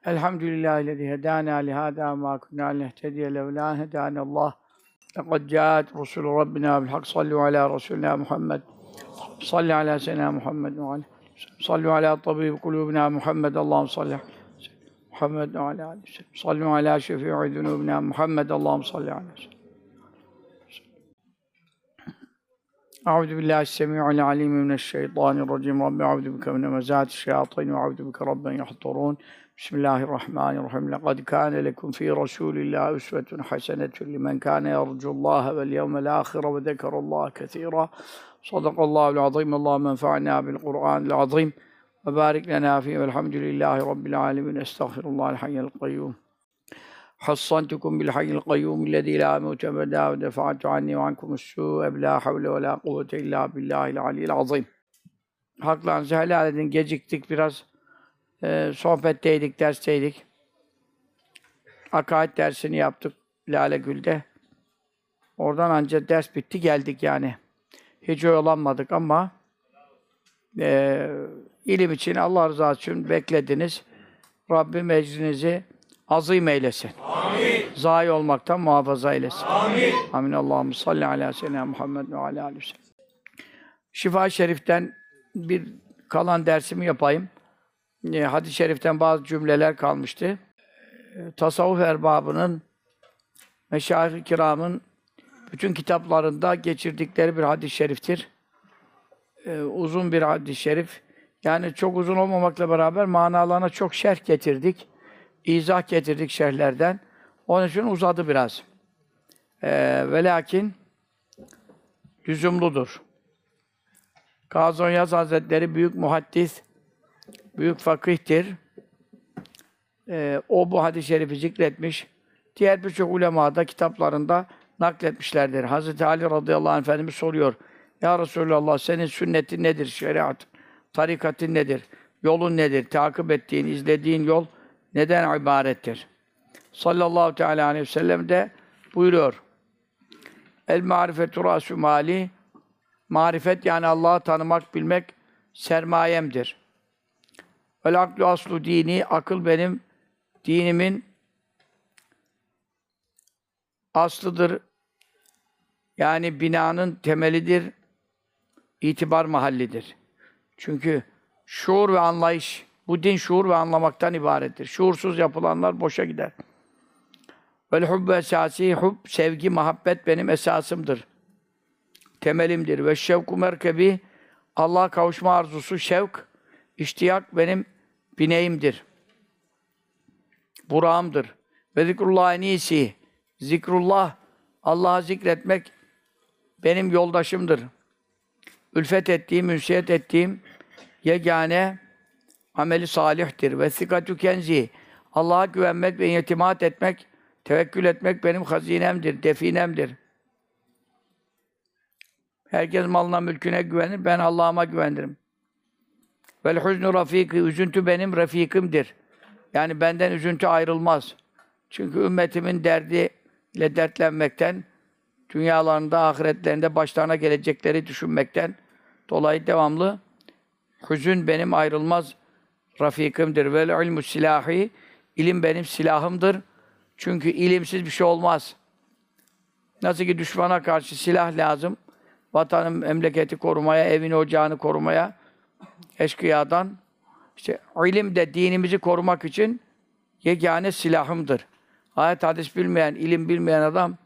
Elhamdülillahillezî hedâna lihâzâ ve mâ kunnâ linehtediye levlâ en hedânallâh. Lekad câet rusûlü rabbinâ bilhak. Sallu alâ rasûlinâ Muhammed. Salli alâ seyyidinâ Muhammed ve alâ. Sallu alâ tabîb kulûbinâ Muhammed. Allahümme salli alâ Muhammed ve alâ aleyhi ve sellem. Sallu alâ şefî'i zunûbinâ Muhammed. Allahümme salli alâ seyyidinâ. Euzu billahi s-semî'il alîm mineşşeytânirracîm. Rabbi euzu bike min hemezâti'ş-şeyâtîn ve euzu bike rabben yahdurûn. Bismillahirrahmanirrahim. Lekad kâne lekum fî rasûlillâhi usvetun hasenetun limen kâne yercullâhe vel yevmel âhire ve zekerallâhe kesîrâ. Sadakallâhu'l azîm. Allâhumme enfa'nâ bil Kur'ânil azîm ve bârik lenâ fîhî velhamdülillâhi rabbil âlemin. Estağfirullahal hayyel kayyûm. حصنتكم بالحي القيوم الذي لا موت أبدا ودفعت عني وعنكم السوء بلا حول ولا قوة إلا بالله العلي العظيم. Haklarınızı helal edin. Geciktik biraz. Sohbetteydik, dersteydik. Akaid dersini yaptık Lale Gül'de. Oradan ancak ders bitti geldik yani. Hiç oyalanmadık ama ilim için, Allah rızası için beklediniz. Rabbim ecrinizi azîm eylesin. Amin. Zayi olmaktan muhafaza eylesin. Amin. Amin. Allahümme salli alâ seyyidinâ Muhammed ve alâ aleyhi ve sellem. Şifa-i Şerif'ten bir kalan dersimi yapayım. Hadis-i Şerif'ten bazı cümleler kalmıştı. Tasavvuf erbabının, meşâih-i kiramın bütün kitaplarında geçirdikleri bir hadis-i şeriftir. Uzun bir hadis-i şerif. Yani çok uzun olmamakla beraber manalarına çok şerh getirdik. İzah getirdik şerhlerden. Onun için uzadı biraz. Ve lakin lüzumludur. Kazım Yaz Hazretleri büyük muhaddis, büyük fakihtir. O bu hadis-i şerifi zikretmiş. Diğer birçok ulema da kitaplarında nakletmişlerdir. Hazreti Ali radıyallahu anh Efendimiz soruyor. Ya Resulallah, senin sünnetin nedir? Şeriatın, tarikatın nedir? Yolun nedir? Takip ettiğin, izlediğin yol neden ibarettir? Sallallahu teala aleyhi ve sellem de buyuruyor. El marifetu rasû mâli. Marifet yani Allah'ı tanımak, bilmek sermayemdir. Vel aklu aslu dini. Akıl benim dinimin aslıdır. Yani binanın temelidir. İtibar mahallidir. Çünkü şuur ve anlayış, bu din şuur ve anlamaktan ibarettir. Şuursuz yapılanlar boşa gider. Vel hubbu esâsî. Hub, sevgi, muhabbet benim esasımdır. Temelimdir. Ve şevku merkebi. Allah'a kavuşma arzusu, şevk, iştiyak benim bineğimdir. Burağımdır. Ve zikrullah en iyisi. Zikrullah, Allah'ı zikretmek benim yoldaşımdır. Ülfet ettiğim, ünsiyet ettiğim yegane ameli salihtir. Ve sikatü kenzi. Allah'a güvenmek ve itimat etmek, tevekkül etmek benim hazinemdir, definemdir. Herkes malına, mülküne güvenir, ben Allah'ıma güvenirim. Vel huznu rafiki. Üzüntü benim refikimdir. Yani benden üzüntü ayrılmaz. Çünkü ümmetimin derdiyle dertlenmekten, dünyalarında, ahiretlerinde başlarına gelecekleri düşünmekten dolayı devamlı hüzün benim ayrılmaz rafikimdir. Vel ilmu silahi. İlim benim silahımdır. Çünkü ilimsiz bir şey olmaz. Nasıl ki düşmana karşı silah lazım, vatanın, memleketi korumaya, evini, ocağını korumaya, eşkıyadan, işte ilim de dinimizi korumak için yegane silahımdır. Ayet, hadis bilmeyen, ilim bilmeyen adam,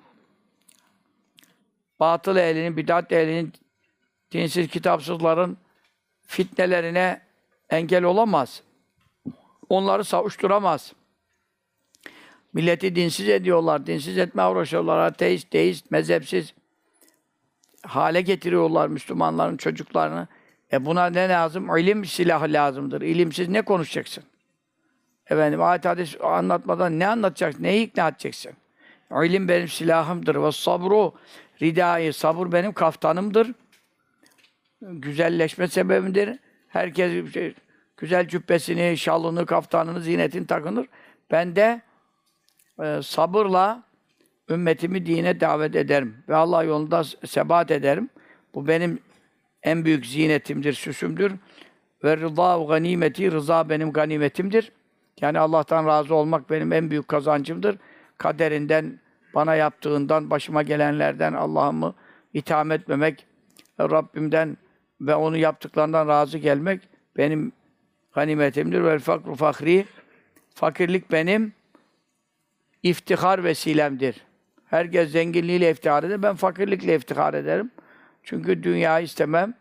batıl ehlinin, bid'at ehlinin, dinsiz, kitapsızların fitnelerine engel olamaz. Onları savuşturamaz. Milleti dinsiz ediyorlar, dinsiz etmeye uğraşıyorlar, ateist, deist, mezhepsiz hale getiriyorlar Müslümanların çocuklarını. Buna ne lazım? İlim silahı lazımdır. İlimsiz ne konuşacaksın? Efendim, ayet hadis anlatmadan ne anlatacaksın? Neyi ikna edeceksin? İlim benim silahımdır. Ve sabru ridai. Sabır benim kaftanımdır. Güzelleşme sebebimdir. Herkes güzel cübbesini, şalını, kaftanını, zinetini takınır. Ben de sabırla ümmetimi dine davet ederim. Ve Allah yolunda sebat ederim. Bu benim en büyük zinetimdir, süsümdür. Ve rıza ganimeti, rıza benim ganimetimdir. Yani Allah'tan razı olmak benim en büyük kazancımdır. Kaderinden, bana yaptığından, başıma gelenlerden Allah'ımı itham etmemek, Rabbimden ve onun yaptıklarından razı gelmek benim ganimetimdir. Vel fakru fahri. Fakirlik benim iftihar vesilemdir. Herkes zenginliğiyle iftihar eder. Ben fakirlikle iftihar ederim. Çünkü dünyayı istemem.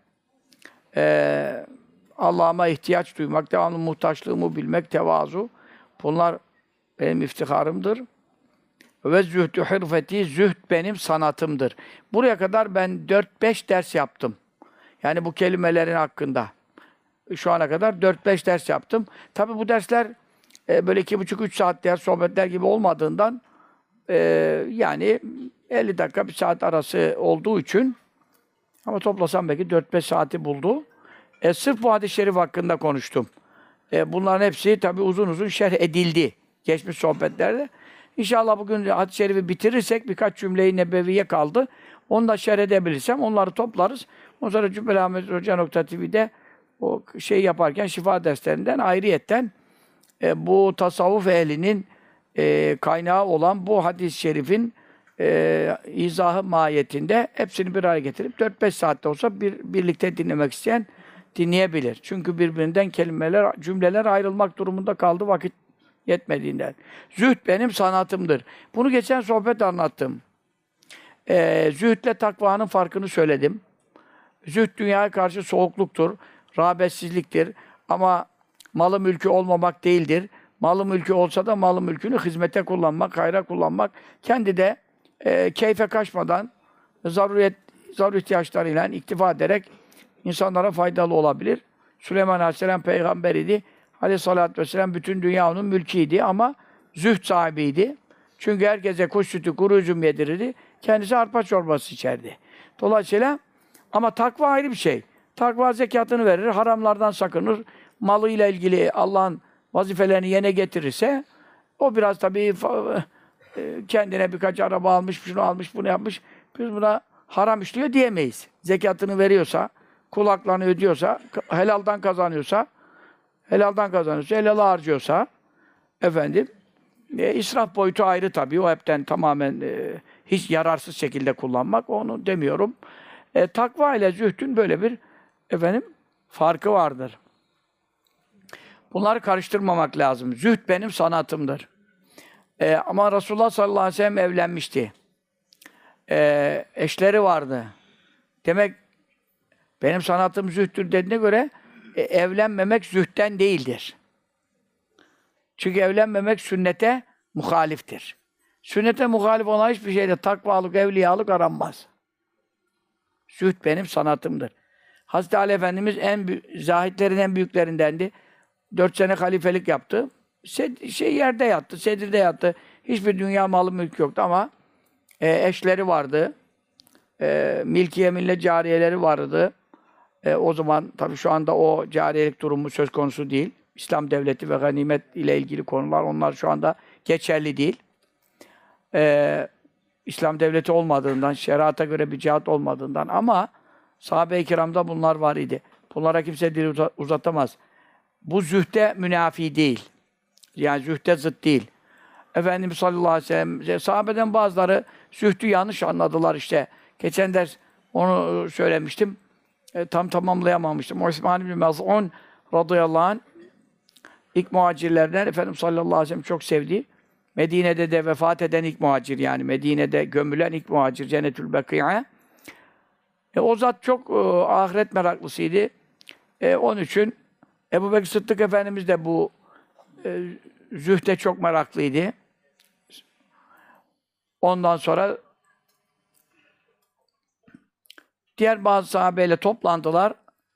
Allah'ıma ihtiyaç duymak, devamlı muhtaçlığımı bilmek, tevazu. Bunlar benim iftiharımdır. Ve zühdü hırfeti, zühd benim sanatımdır. Buraya kadar ben 4-5 ders yaptım. Yani bu kelimelerin hakkında. Şu ana kadar 4-5 ders yaptım. Tabi bu dersler böyle 2,5-3 saat ders sohbetler gibi olmadığından yani 50 dakika, 1 saat arası olduğu için ama toplasam belki 4-5 saati buldu. Sırf bu hadis-i şerif hakkında konuştum. Bunların hepsi tabi uzun uzun şerh edildi. Geçmiş sohbetlerde. İnşallah bugün hadis-i şerifi bitirirsek birkaç cümle-i nebeviye kaldı. Onu da şerh edebilirsem onları toplarız. Ondan sonra Cübbeli-Ahmet-Hoca.tv'de o şey yaparken şifa derslerinden ayrıyetten bu tasavvuf ehlinin kaynağı olan bu hadis-i şerifin izahı mahiyetinde hepsini bir araya getirip 4-5 saatte olsa birlikte dinlemek isteyen dinleyebilir. Çünkü birbirinden kelimeler, cümleler ayrılmak durumunda kaldı vakit yetmediğinden. Zühd benim sanatımdır. Bunu geçen sohbet anlattım. Zühdle takvanın farkını söyledim. Zühd dünyaya karşı soğukluktur, rağbetsizliktir. Ama malı mülkü olmamak değildir. Malı mülkü olsa da malı mülkünü hizmete kullanmak, hayra kullanmak, kendi de keyfe kaçmadan zaruri ihtiyaçlarıyla iktifa ederek insanlara faydalı olabilir. Süleyman Aleyhisselam peygamber idi. Aleyhisselatü Vesselam bütün dünya onun mülkiydi ama zühd sahibiydi. Çünkü herkese kuş sütü, kuru üzüm yedirirdi. Kendisi arpa çorbası içerdi. Dolayısıyla ama takva ayrı bir şey. Takva zekatını verir, haramlardan sakınır. Malıyla ilgili Allah'ın vazifelerini yerine getirirse o biraz tabii kendine birkaç araba almış, şunu almış, bunu yapmış. Biz buna haram işliyor diyemeyiz. Zekatını veriyorsa, kulaklarını ödüyorsa, helaldan kazanıyorsa, helala harcıyorsa, efendim, israf boyutu ayrı tabii. O hepten tamamen hiç yararsız şekilde kullanmak, onu demiyorum. Takva ile zühdün böyle bir farkı vardır. Bunları karıştırmamak lazım. Zühd benim sanatımdır. Ama Resulullah sallallahu aleyhi ve sellem evlenmişti. Eşleri vardı. Demek benim sanatım zühttür dediğine göre evlenmemek zühtten değildir. Çünkü evlenmemek sünnete muhaliftir. Sünnete muhalif olan hiçbir şeyde takvalık, evliyalık aranmaz. Zühd benim sanatımdır. Hazreti Ali Efendimiz zahitlerin en büyüklerindendi. 4 sene halifelik yaptı. Yerde yattı, sedirde yattı. Hiçbir dünya malı mülk yoktu ama eşleri vardı. Milki yeminle cariyeleri vardı. O zaman tabii şu anda o cariyelik durumu söz konusu değil. İslam devleti ve ganimet ile ilgili konular onlar şu anda geçerli değil. İslam devleti olmadığından, şeriata göre bir cihat olmadığından ama sahabe-i kiramda bunlar var idi. Bunlara kimse dil uzatamaz. Bu zühde münafi değil. Yani zühde zıt değil. Efendimiz sallallahu aleyhi ve sellem, sahabeden bazıları zühdü yanlış anladılar işte. Geçen ders onu söylemiştim. Tam tamamlayamamıştım. Osman bin Mez'un radıyallahu anh ilk muhacirlerden Efendimiz sallallahu aleyhi ve sellem çok sevdiği. Medine'de de vefat eden ilk muhacir yani Medine'de gömülen ilk muhacir Cennetül Bekî'a. O zat çok ahiret meraklısıydı. Onun için Ebu Bekir Sıddık Efendimiz de bu zühde çok meraklıydı. Ondan sonra diğer bazı sahabeyle toplandılar.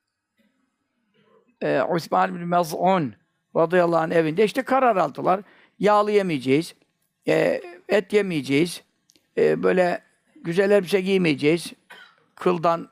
Osman bin Mez'un radıyallahu anh evinde işte karar aldılar. Yağlı yemeyeceğiz, et yemeyeceğiz, böyle güzel elbise giymeyeceğiz. Kıldan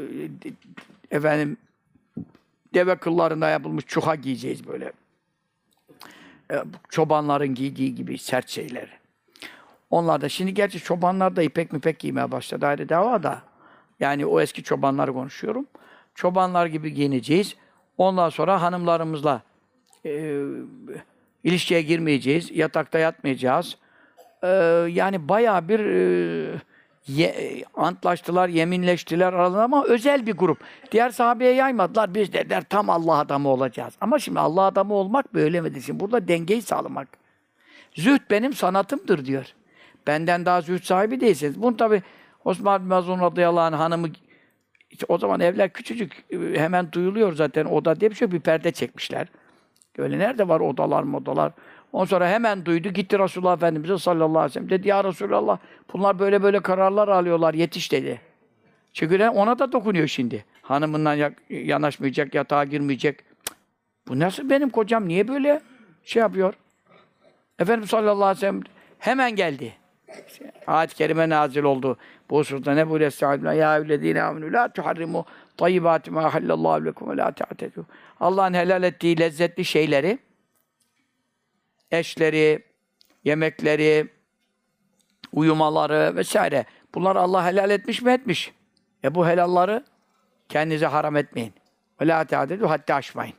deve kıllarında yapılmış çuha giyeceğiz böyle. Çobanların giydiği gibi sert şeyler. Onlar da şimdi gerçi çobanlar da ipek müpek giymeye başladı ayrı dava da. Yani o eski çobanları konuşuyorum. Çobanlar gibi giyineceğiz. Ondan sonra hanımlarımızla İlişkiye girmeyeceğiz, yatakta yatmayacağız. Yani bayağı bir antlaştılar, yeminleştiler aralarında ama özel bir grup. Diğer sahabeye yaymadılar. Biz dediler tam Allah adamı olacağız. Ama şimdi Allah adamı olmak böyle mi? Şimdi burada dengeyi sağlamak. Zühd benim sanatımdır diyor. Benden daha zühd sahibi değilsiniz. Bunu tabi Osman bin Mazun radıyallahu anh hanımı işte o zaman evler küçücük hemen duyuluyor zaten oda diye bir şey bir perde çekmişler. Öyle nerede var odalar modalar. Ondan sonra hemen duydu gitti Resulullah Efendimiz'e sallallahu aleyhi ve sellem. Dedi ya Resulallah bunlar böyle böyle kararlar alıyorlar yetiş dedi. Çünkü ona da dokunuyor şimdi. Hanımından yanaşmayacak, yatağa girmeyecek. Cık, bu nasıl benim kocam niye böyle şey yapıyor? Efendimiz sallallahu aleyhi ve sellem hemen geldi. Ayet-i kerime nazil oldu. Bu hususta ne buyuruyor? Estağfirullah. Ya eyyühellezîne âmenû lâ tuharrimû tayyibâti mâ ahallallâhu lekum ve lâ te'tedû. Allah'ın helal ettiği lezzetli şeyleri, eşleri, yemekleri, uyumaları vesaire. Bunları Allah helal etmiş mi? Etmiş. Bu helalları kendinize haram etmeyin. Ve lâ te'tedû haddi aşmayın.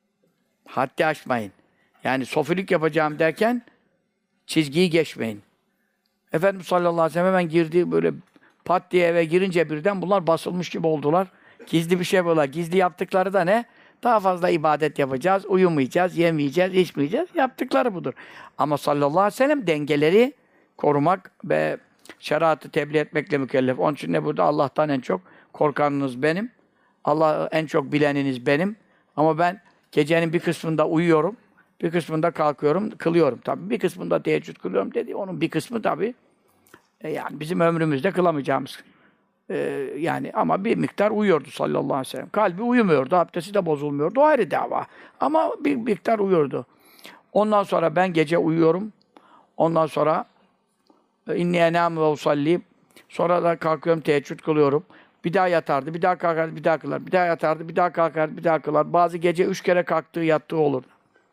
Haddi aşmayın. Yani sofilik yapacağım derken çizgiyi geçmeyin. Efendimiz sallallahu aleyhi ve sellem hemen girdi böyle pat diye eve girince birden bunlar basılmış gibi oldular. Gizli bir şey yapıyorlar. Gizli yaptıkları da ne? Daha fazla ibadet yapacağız, uyumayacağız, yemeyeceğiz, içmeyeceğiz. Yaptıkları budur. Ama sallallahu aleyhi ve sellem dengeleri korumak ve şeriatı tebliğ etmekle mükellef. Onun için ne burada? Allah'tan en çok korkanınız benim. Allah en çok bileniniz benim. Ama ben gecenin bir kısmında uyuyorum, bir kısmında kalkıyorum, kılıyorum. Tabii bir kısmında teheccüd kılıyorum dedi. Onun bir kısmı tabii yani bizim ömrümüzde kılamayacağımız. Yani ama bir miktar uyuyordu sallallahu aleyhi ve sellem. Kalbi uyumuyordu, abdesti de bozulmuyordu. O ayrı dava. Ama bir miktar uyuyordu. Ondan sonra ben gece uyuyorum. Ondan sonra inni enâmu ve usalli. Sonra da kalkıyorum, teheccüd kılıyorum. Bir daha yatardı, bir daha kalkardı, bir daha kılar. Bir daha yatardı, bir daha kalkardı, bir daha kılar. Bazı gece 3 kere kalktığı, yattığı olurdu.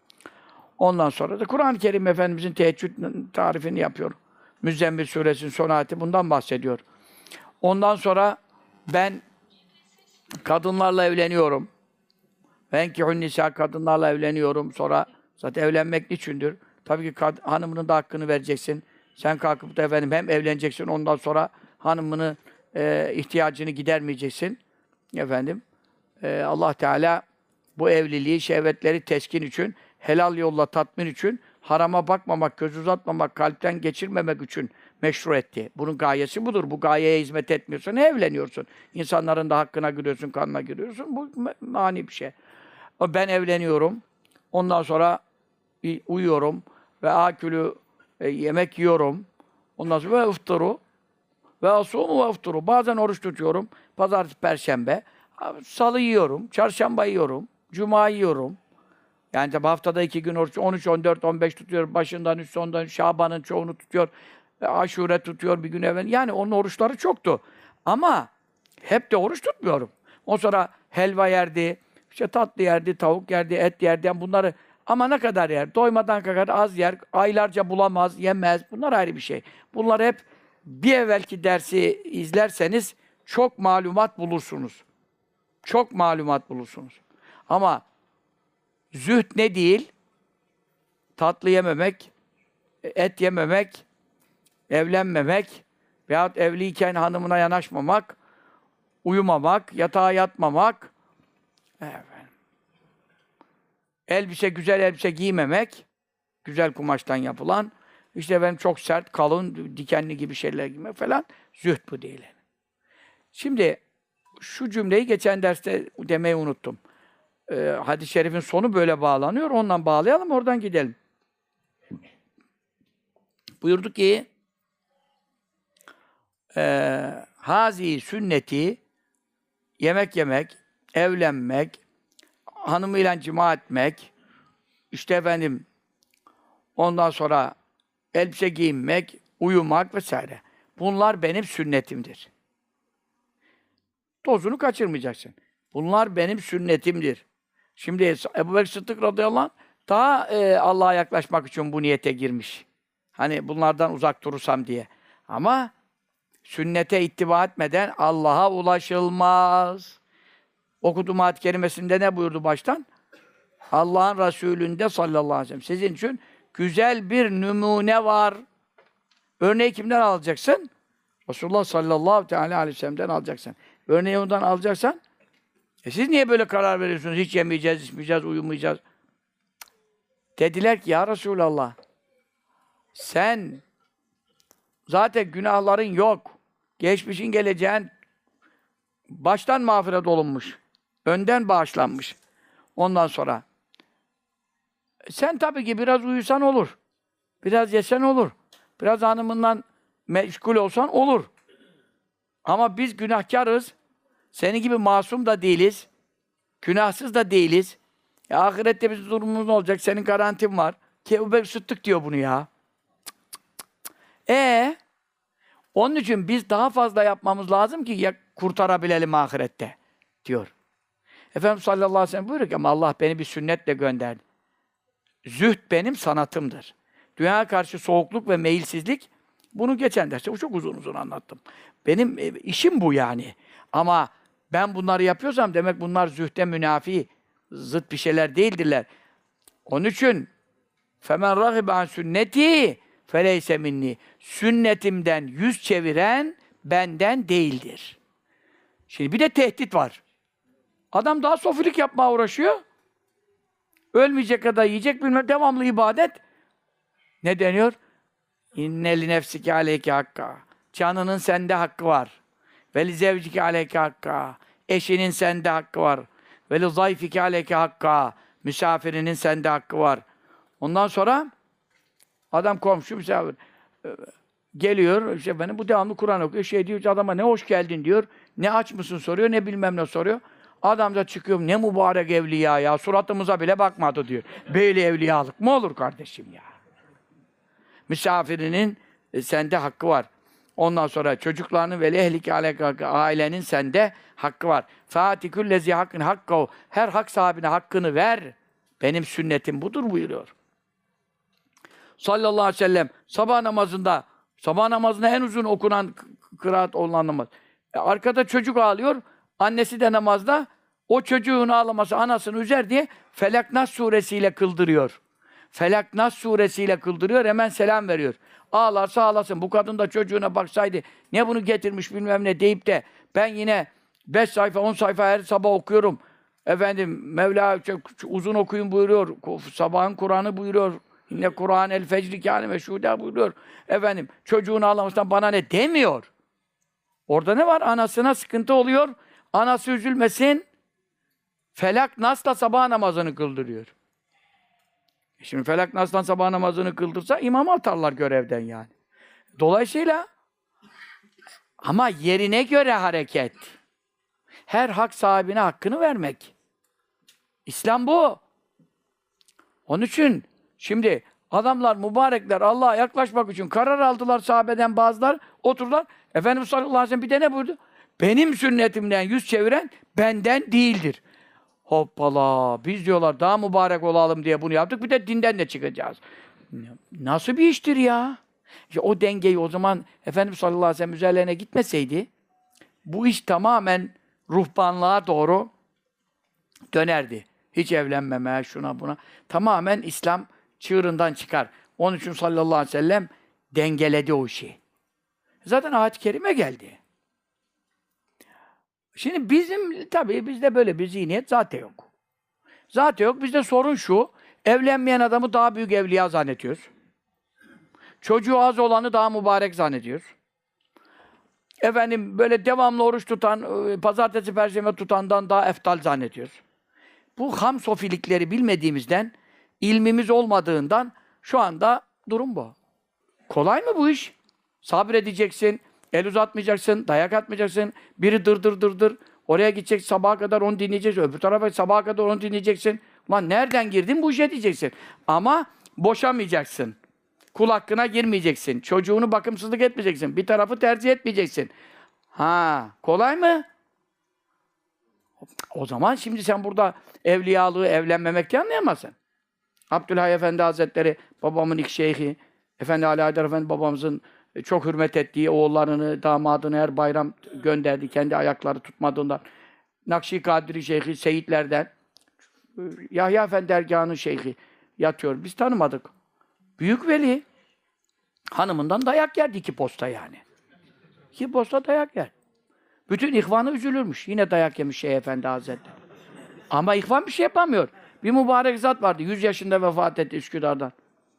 Ondan sonra da Kur'an-ı Kerim Efendimizin teheccüd tarifini yapıyor. Müzzemmil Suresinin son ayeti bundan bahsediyor. Ondan sonra ben kadınlarla evleniyorum. Venkihun nisa kadınlarla evleniyorum. Sonra zaten evlenmek niçündür? Tabii ki hanımının da hakkını vereceksin. Sen kalkıp da efendim hem evleneceksin ondan sonra hanımını ihtiyacını gidermeyeceksin. Efendim Allah Teala bu evliliği şehvetleri teskin için, helal yolla tatmin için, harama bakmamak, göz uzatmamak, kalpten geçirmemek için meşru etti. Bunun gayesi budur. Bu gayeye hizmet etmiyorsan ne evleniyorsun? İnsanların da hakkına giriyorsun, kanına giriyorsun. Bu mani bir şey. Ben evleniyorum. Ondan sonra uyuyorum ve akülü yemek yiyorum. Ondan sonra ve ifturu ve asumu ve ifturu. Bazen oruç tutuyorum. Pazartesi, perşembe. Salı yiyorum. Çarşamba yiyorum. Cuma yiyorum. Yani tabi haftada 2 gün oruç, 13, 14, 15 tutuyor. Başından üst, sondan Şaban'ın çoğunu tutuyor. Aşure tutuyor bir gün evvel. Yani onun oruçları çoktu. Ama hep de oruç tutmuyorum. O sonra helva yerdi, işte tatlı yerdi, tavuk yerdi, et yerdi. Yani bunları ama ne kadar yer? Doymadan kadar az yer, aylarca bulamaz, yemez. Bunlar ayrı bir şey. Bunlar hep bir evvelki dersi izlerseniz çok malumat bulursunuz. Çok malumat bulursunuz. Ama zühd ne değil? Tatlı yememek, et yememek, evlenmemek veyahut evliyken hanımına yanaşmamak, uyumamak, yatağa yatmamak, elbise, güzel elbise giymemek, güzel kumaştan yapılan, işte benim çok sert, kalın, dikenli gibi şeyler giymek falan, zühd bu değil. Şimdi şu cümleyi geçen derste demeyi unuttum. Hadis-i şerifin sonu böyle bağlanıyor, ondan bağlayalım, oradan gidelim. Buyurdu ki, hazi sünneti, yemek yemek, evlenmek, hanımıyla cima etmek, işte efendim, ondan sonra elbise giyinmek, uyumak vesaire. Bunlar benim sünnetimdir. Tozunu kaçırmayacaksın. Bunlar benim sünnetimdir. Şimdi Ebu Bekir Sıddık radıyallahu anh daha Allah'a yaklaşmak için bu niyete girmiş. Hani bunlardan uzak durursam diye. Ama sünnete ittiba etmeden Allah'a ulaşılmaz. Okuduğum ayet-i kerimesinde ne buyurdu baştan? Allah'ın Resulü'nde sallallahu aleyhi ve sellem. Sizin için güzel bir numune var. Örneği kimden alacaksın? Resulullah sallallahu teala aleyhi ve sellem'den alacaksın. Örneği ondan alacaksan, siz niye böyle karar veriyorsunuz? Hiç yemeyeceğiz, içmeyeceğiz, uyumayacağız. Dediler ki ya Resulallah, sen zaten günahların yok. Geçmişin geleceğin baştan mağfiret olunmuş. Önden bağışlanmış. Ondan sonra sen tabii ki biraz uyusan olur. Biraz yesen olur. Biraz hanımından meşgul olsan olur. Ama biz günahkarız. Senin gibi masum da değiliz. Günahsız da değiliz. Ahirette bizim durumumuz ne olacak? Senin garantin var. Ki Ebu Bekir Sıddık diyor bunu ya. Onun için biz daha fazla yapmamız lazım ki ya kurtarabilelim ahirette diyor. Efendimiz sallallahu aleyhi ve sellem buyuruyor ki ama Allah beni bir sünnetle gönderdi. Zühd benim sanatımdır. Dünyaya karşı soğukluk ve meyilsizlik, bunu geçen derste çok uzun anlattım. Benim işim bu yani. Ama ben bunları yapıyorsam demek bunlar zühde münafi, zıt bir şeyler değildirler. Onun için فَمَنْ رَغِبَ عَنْ sünneti فَلَيْسَ minni. Sünnetimden yüz çeviren benden değildir. Şimdi bir de tehdit var. Adam daha sofilik yapmaya uğraşıyor. Ölmeyecek kadar yiyecek bilmem, devamlı ibadet. Ne deniyor? İnne li nefsike aleyke hakka. Canının sende hakkı var. Ve li zevcike aleyke hakka. Eşinin sende hakkı var. Ve li zayfike aleyke hakka. Misafirinin sende hakkı var. Ondan sonra adam komşu misafir geliyor, işte benim bu devamlı Kur'an okuyor. Şey diyor, adama ne hoş geldin diyor. Ne aç mısın soruyor, ne bilmem ne soruyor. Adam da çıkıyor, ne mübarek evliya ya, suratımıza bile bakmadı diyor. Böyle evliyalık mı olur kardeşim ya? Misafirinin sende hakkı var. Ondan sonra çocuklarının ve lehlike aleyke, ailenin sende hakkı var. Fâtiküllezi hakkın hakkahu. Her hak sahibine hakkını ver. Benim sünnetim budur buyuruyor. Sallallahu aleyhi ve sellem sabah namazında en uzun okunan kıraat olan namaz. Arkada çocuk ağlıyor, annesi de namazda. O çocuğun ağlaması anasını üzer diye Felak-Nas suresiyle kıldırıyor. Felak-Nas suresiyle kıldırıyor, hemen selam veriyor. Ağlarsa ağlasın. Bu kadın da çocuğuna baksaydı, ne bunu getirmiş bilmem ne deyip de ben yine 5 sayfa, 10 sayfa her sabah okuyorum. Efendim, Mevla çok uzun okuyun buyuruyor. Sabahın Kur'an'ı buyuruyor. Yine Kur'an el fecri kâne meşhûdâ buyuruyor. Efendim, çocuğun ağlamasından bana ne demiyor. Orada ne var? Anasına sıkıntı oluyor. Anası üzülmesin. Felak Nas'la sabah namazını kıldırıyor. Şimdi Felak Nas'tan sabah namazını kıldırsa imamı atarlar görevden yani. Dolayısıyla ama yerine göre hareket. Her hak sahibine hakkını vermek. İslam bu. Onun için şimdi adamlar, mübarekler Allah'a yaklaşmak için karar aldılar, sahabeden bazılar oturdular. Efendimiz sallallahu aleyhi ve sellem bir de ne buyurdu? Benim sünnetimden yüz çeviren benden değildir. Hoppala, biz diyorlar daha mübarek olalım diye bunu yaptık, bir de dinden de çıkacağız. Nasıl bir iştir ya? İşte o dengeyi o zaman Efendimiz sallallahu aleyhi ve sellem üzerlerine gitmeseydi, bu iş tamamen ruhbanlığa doğru dönerdi. Hiç evlenmeme, şuna buna. Tamamen İslam çığırından çıkar. Onun için sallallahu aleyhi ve sellem dengeledi o işi. Zaten ayet-i kerime geldi. Şimdi tabii bizde böyle bir zihniyet zaten yok. Zaten yok. Bizde sorun şu, evlenmeyen adamı daha büyük evliya zannediyoruz. Çocuğu az olanı daha mübarek zannediyoruz. Efendim, böyle devamlı oruç tutan, pazartesi, perşembe tutandan daha eftal zannediyoruz. Bu ham sofilikleri bilmediğimizden, ilmimiz olmadığından şu anda durum bu. Kolay mı bu iş? Sabredeceksin, el uzatmayacaksın, dayak atmayacaksın, biri dır. Oraya gidecek, sabaha kadar onu dinleyeceksin, öbür tarafa sabaha kadar onu dinleyeceksin. Ulan nereden girdin bu işe diyeceksin. Ama boşamayacaksın. Kul hakkına girmeyeceksin. Çocuğunu bakımsızlık etmeyeceksin. Bir tarafı tercih etmeyeceksin. Kolay mı? O zaman şimdi sen burada evliyalığı evlenmemekte anlayamazsın. Abdülhay Efendi Hazretleri, babamın ilk şeyhi, Efendi Ali Haydar Efendi babamızın çok hürmet ettiği oğullarını, damadını her bayram gönderdi. Kendi ayakları tutmadığından. Nakşi Kadiri Şeyhi, Seyitlerden. Yahya Efendi dergâhının şeyhi yatıyor. Biz tanımadık. Büyük veli. Hanımından dayak yerdi 2 posta yani. 2 posta dayak yer. Bütün ihvanı üzülürmüş. Yine dayak yemiş Şeyh Efendi Hazretleri. Ama ihvan bir şey yapamıyor. Bir mübarek zat vardı. 100 yaşında vefat etti Üsküdar'dan.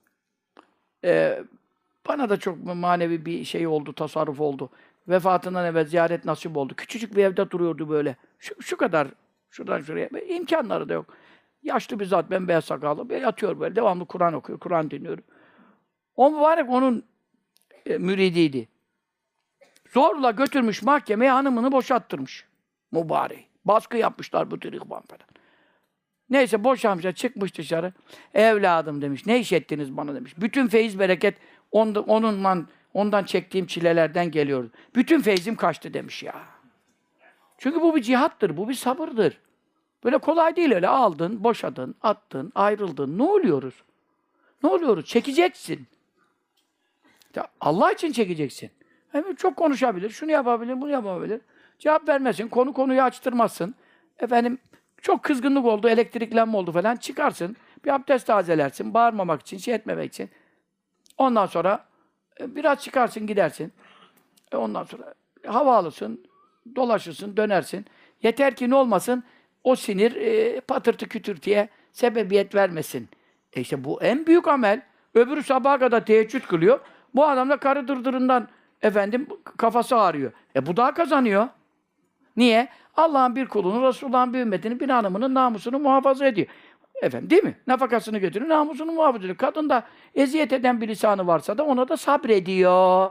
Bana da çok manevi bir şey oldu, tasarruf oldu. Vefatından evvel ziyaret nasip oldu. Küçücük bir evde duruyordu böyle. Şu kadar, şuradan şuraya. İmkanları da yok. Yaşlı bir zat, bembeyaz sakallı. Böyle yatıyor böyle. Devamlı Kur'an okuyor, Kur'an dinliyor. O mübarek onun müridiydi. Zorla götürmüş mahkemeye hanımını boşattırmış. Mübarek. Baskı yapmışlar bu tür ihvan falan. Neyse boşanmışlar, çıkmış dışarı. Evladım demiş, ne iş ettiniz bana demiş. Bütün feyiz bereket ondan çektiğim çilelerden geliyordu. Bütün feyzim kaçtı demiş ya. Çünkü bu bir cihattır, bu bir sabırdır. Böyle kolay değil öyle aldın, boşadın, attın, ayrıldın. Ne oluyoruz? Ne oluyoruz? Çekeceksin. Ya Allah için çekeceksin. Hem çok konuşabilir, şunu yapabilir, bunu yapabilir. Cevap vermesin, konuyu açtırmazsın. Efendim, çok kızgınlık oldu, elektriklenme oldu falan. Çıkarsın, bir abdest tazelersin, bağırmamak için, şey etmemek için. Ondan sonra biraz çıkarsın, gidersin. Ondan sonra hava alırsın, dolaşırsın, dönersin. Yeter ki ne olmasın, o sinir patırtı kütürtüye sebebiyet vermesin. İşte bu en büyük amel. Öbürü sabaha kadar teheccüd kılıyor. Bu adam da karı dırdırından efendim kafası ağrıyor. Bu daha kazanıyor. Niye? Allah'ın bir kulunu, Resulullah'ın bir ümmetini, bir hanımının namusunu muhafaza ediyor. Efendim değil mi? Nafakasını götürüyor, namusunu muhafaza ediyor. Kadın da eziyet eden bir lisanı varsa da ona da sabrediyor.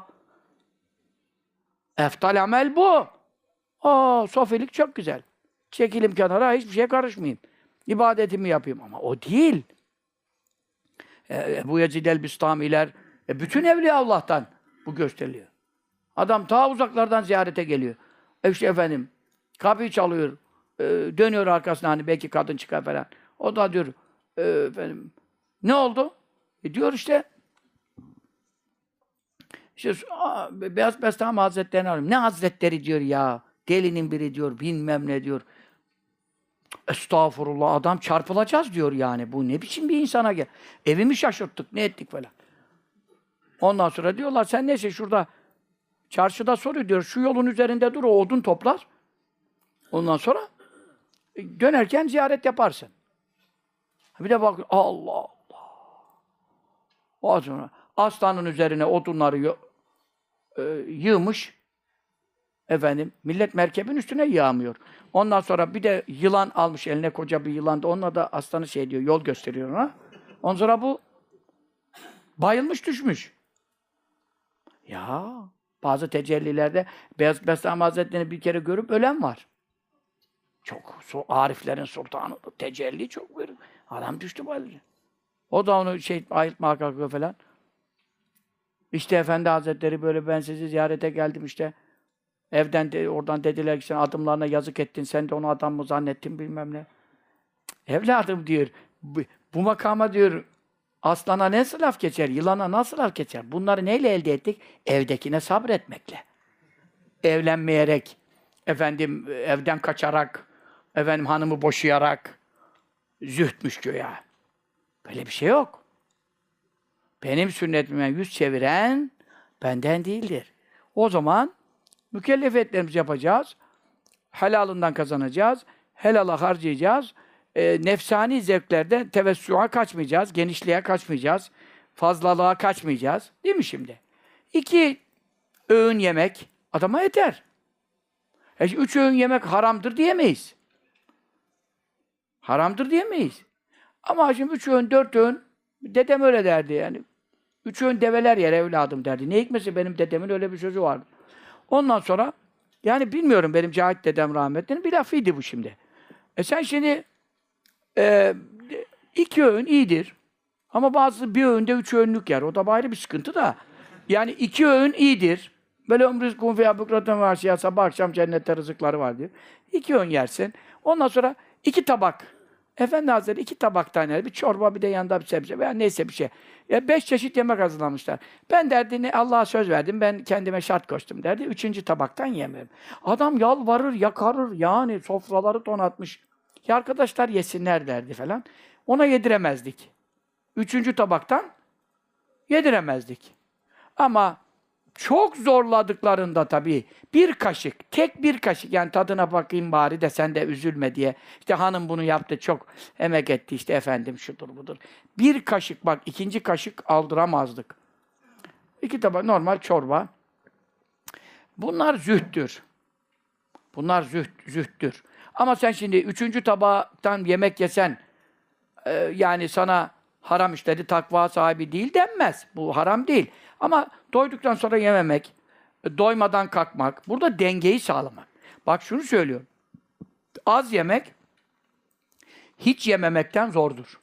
Eftal amel bu. Sofilik çok güzel. Çekilim kenara, hiçbir şeye karışmayayım. İbadetimi yapayım ama o değil. Ebu Yezid el-Bistamiler, bütün Evliya Allah'tan bu gösteriliyor. Adam ta uzaklardan ziyarete geliyor. İşte efendim, kapıyı çalıyor, dönüyor arkasına hani belki kadın çıkar falan. O da diyor, efendim, ne oldu? Diyor işte Beyaz Bestami Hazretleri'ni arıyorum. Ne Hazretleri diyor ya, delinin biri diyor, bilmem ne diyor. Estağfurullah, adam çarpılacağız diyor yani. Bu ne biçim bir insana gel. Evimi şaşırttık, ne ettik falan. Ondan sonra diyorlar, sen neyse şurada çarşıda soruyor diyor, şu yolun üzerinde dur, o odun toplar. Ondan sonra dönerken ziyaret yaparsın. Bir de bak, Allah Allah. O sonra aslanın üzerine odunları yığmış. Efendim, millet merkebin üstüne yağmıyor. Ondan sonra bir de yılan almış eline, koca bir yılan da, onunla da aslanı şey diyor, yol gösteriyor ona. Ondan sonra bu bayılmış düşmüş. Ya bazı tecellilerde Beyaz Bestami Hazretleri'ni bir kere görüp ölen var. Çok ariflerin sultanı, tecelli çok verir. Adam düştü bayılıyor. O da onu ayıltmaya kalkıyor falan. İşte Efendi Hazretleri böyle, ben sizi ziyarete geldim işte. Oradan dediler ki sen adımlarına yazık ettin, sen de onu adam mı zannettin bilmem ne. Evladım diyor, bu makama diyor, aslana nasıl laf geçer, yılana nasıl laf geçer? Bunları neyle elde ettik? Evdekine sabretmekle. Evlenmeyerek, efendim evden kaçarak, efendim hanımı boşayarak, zühtmüş güya. Böyle bir şey yok. Benim sünnetime yüz çeviren benden değildir. O zaman mükellefiyetlerimizi yapacağız. Helalından kazanacağız. Helala harcayacağız. Nefsani zevklerde tevessüa kaçmayacağız. Genişliğe kaçmayacağız. Fazlalığa kaçmayacağız. Değil mi şimdi? 2 öğün yemek adama yeter. 3 öğün yemek haramdır diyemeyiz. Haramdır diyemeyiz. Ama şimdi 3 öğün, 4 öğün, dedem öyle derdi yani. 3 öğün develer yer evladım derdi. Ne hikmetse benim dedemin öyle bir sözü vardı. Ondan sonra, yani bilmiyorum, benim Cahit dedem rahmetlinin bir lafıydı bu şimdi. Sen şimdi 2 öğün iyidir. Ama bazı bir öğünde 3 öğünlük yer. O da ayrı bir sıkıntı da. Yani 2 öğün iyidir. Böyle rızkun fiyâ bükraten ve asiyâ, sabah akşam cennette rızıkları var diyor. 2 öğün yersin. Ondan sonra 2 tabak. Efendi Hazretleri 2 tabaktan yer. Bir çorba, bir de yanında bir sebze veya neyse bir şey. 5 çeşit yemek hazırlamışlar. Ben derdi, Allah'a söz verdim, ben kendime şart koştum derdi. 3. tabaktan yemiyorum. Adam yalvarır, yakarır yani, sofraları donatmış. Ya arkadaşlar yesinler derdi falan. Ona yediremezdik. 3. tabaktan yediremezdik. Ama çok zorladıklarında tabii bir kaşık, tek bir kaşık yani tadına bakayım bari de sen de üzülme diye. İşte hanım bunu yaptı, çok emek etti işte efendim şudur budur. Bir kaşık bak, 2. kaşık aldıramazdık. 2 tabak normal çorba. Bunlar zühttür. Bunlar zühttür. Ama sen şimdi 3. tabaktan yemek yesen yani sana haram işledi, takva sahibi değil denmez. Bu haram değil. Ama doyduktan sonra yememek, doymadan kalkmak, burada dengeyi sağlamak. Bak şunu söylüyorum. Az yemek, hiç yememekten zordur.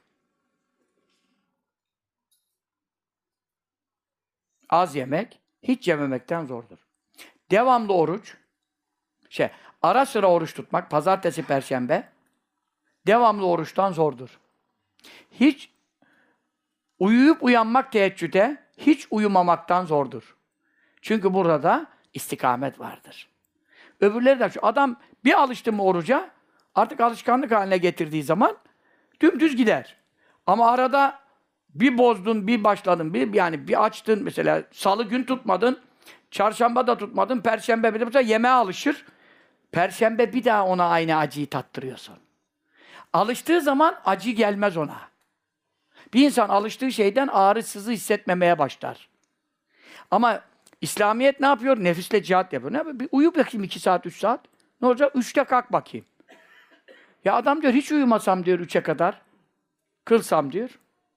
Az yemek, hiç yememekten zordur. Devamlı oruç, şey, ara sıra oruç tutmak, pazartesi, perşembe, devamlı oruçtan zordur. Hiç uyuyup uyanmak teheccüde, hiç uyumamaktan zordur. Çünkü burada istikamet vardır. Öbürleri de şu, adam bir alıştı mı oruca, artık alışkanlık haline getirdiği zaman dümdüz gider. Ama arada bir bozdun, bir başladın, yani bir açtın, mesela salı gün tutmadın, çarşamba da tutmadın, perşembe bir de mesela yemeğe alışır. Perşembe bir daha ona aynı acıyı tattırıyorsun. Alıştığı zaman acı gelmez ona. Bir insan alıştığı şeyden ağrı, sızı hissetmemeye başlar. Ama İslamiyet ne yapıyor? Nefisle cihat yapıyor. Ne? Bir uyu bakayım 2 saat, 3 saat. Ne olacak? 3'te kalk bakayım. Ya adam diyor, hiç uyumasam diyor 3'e kadar. Kılsam diyor.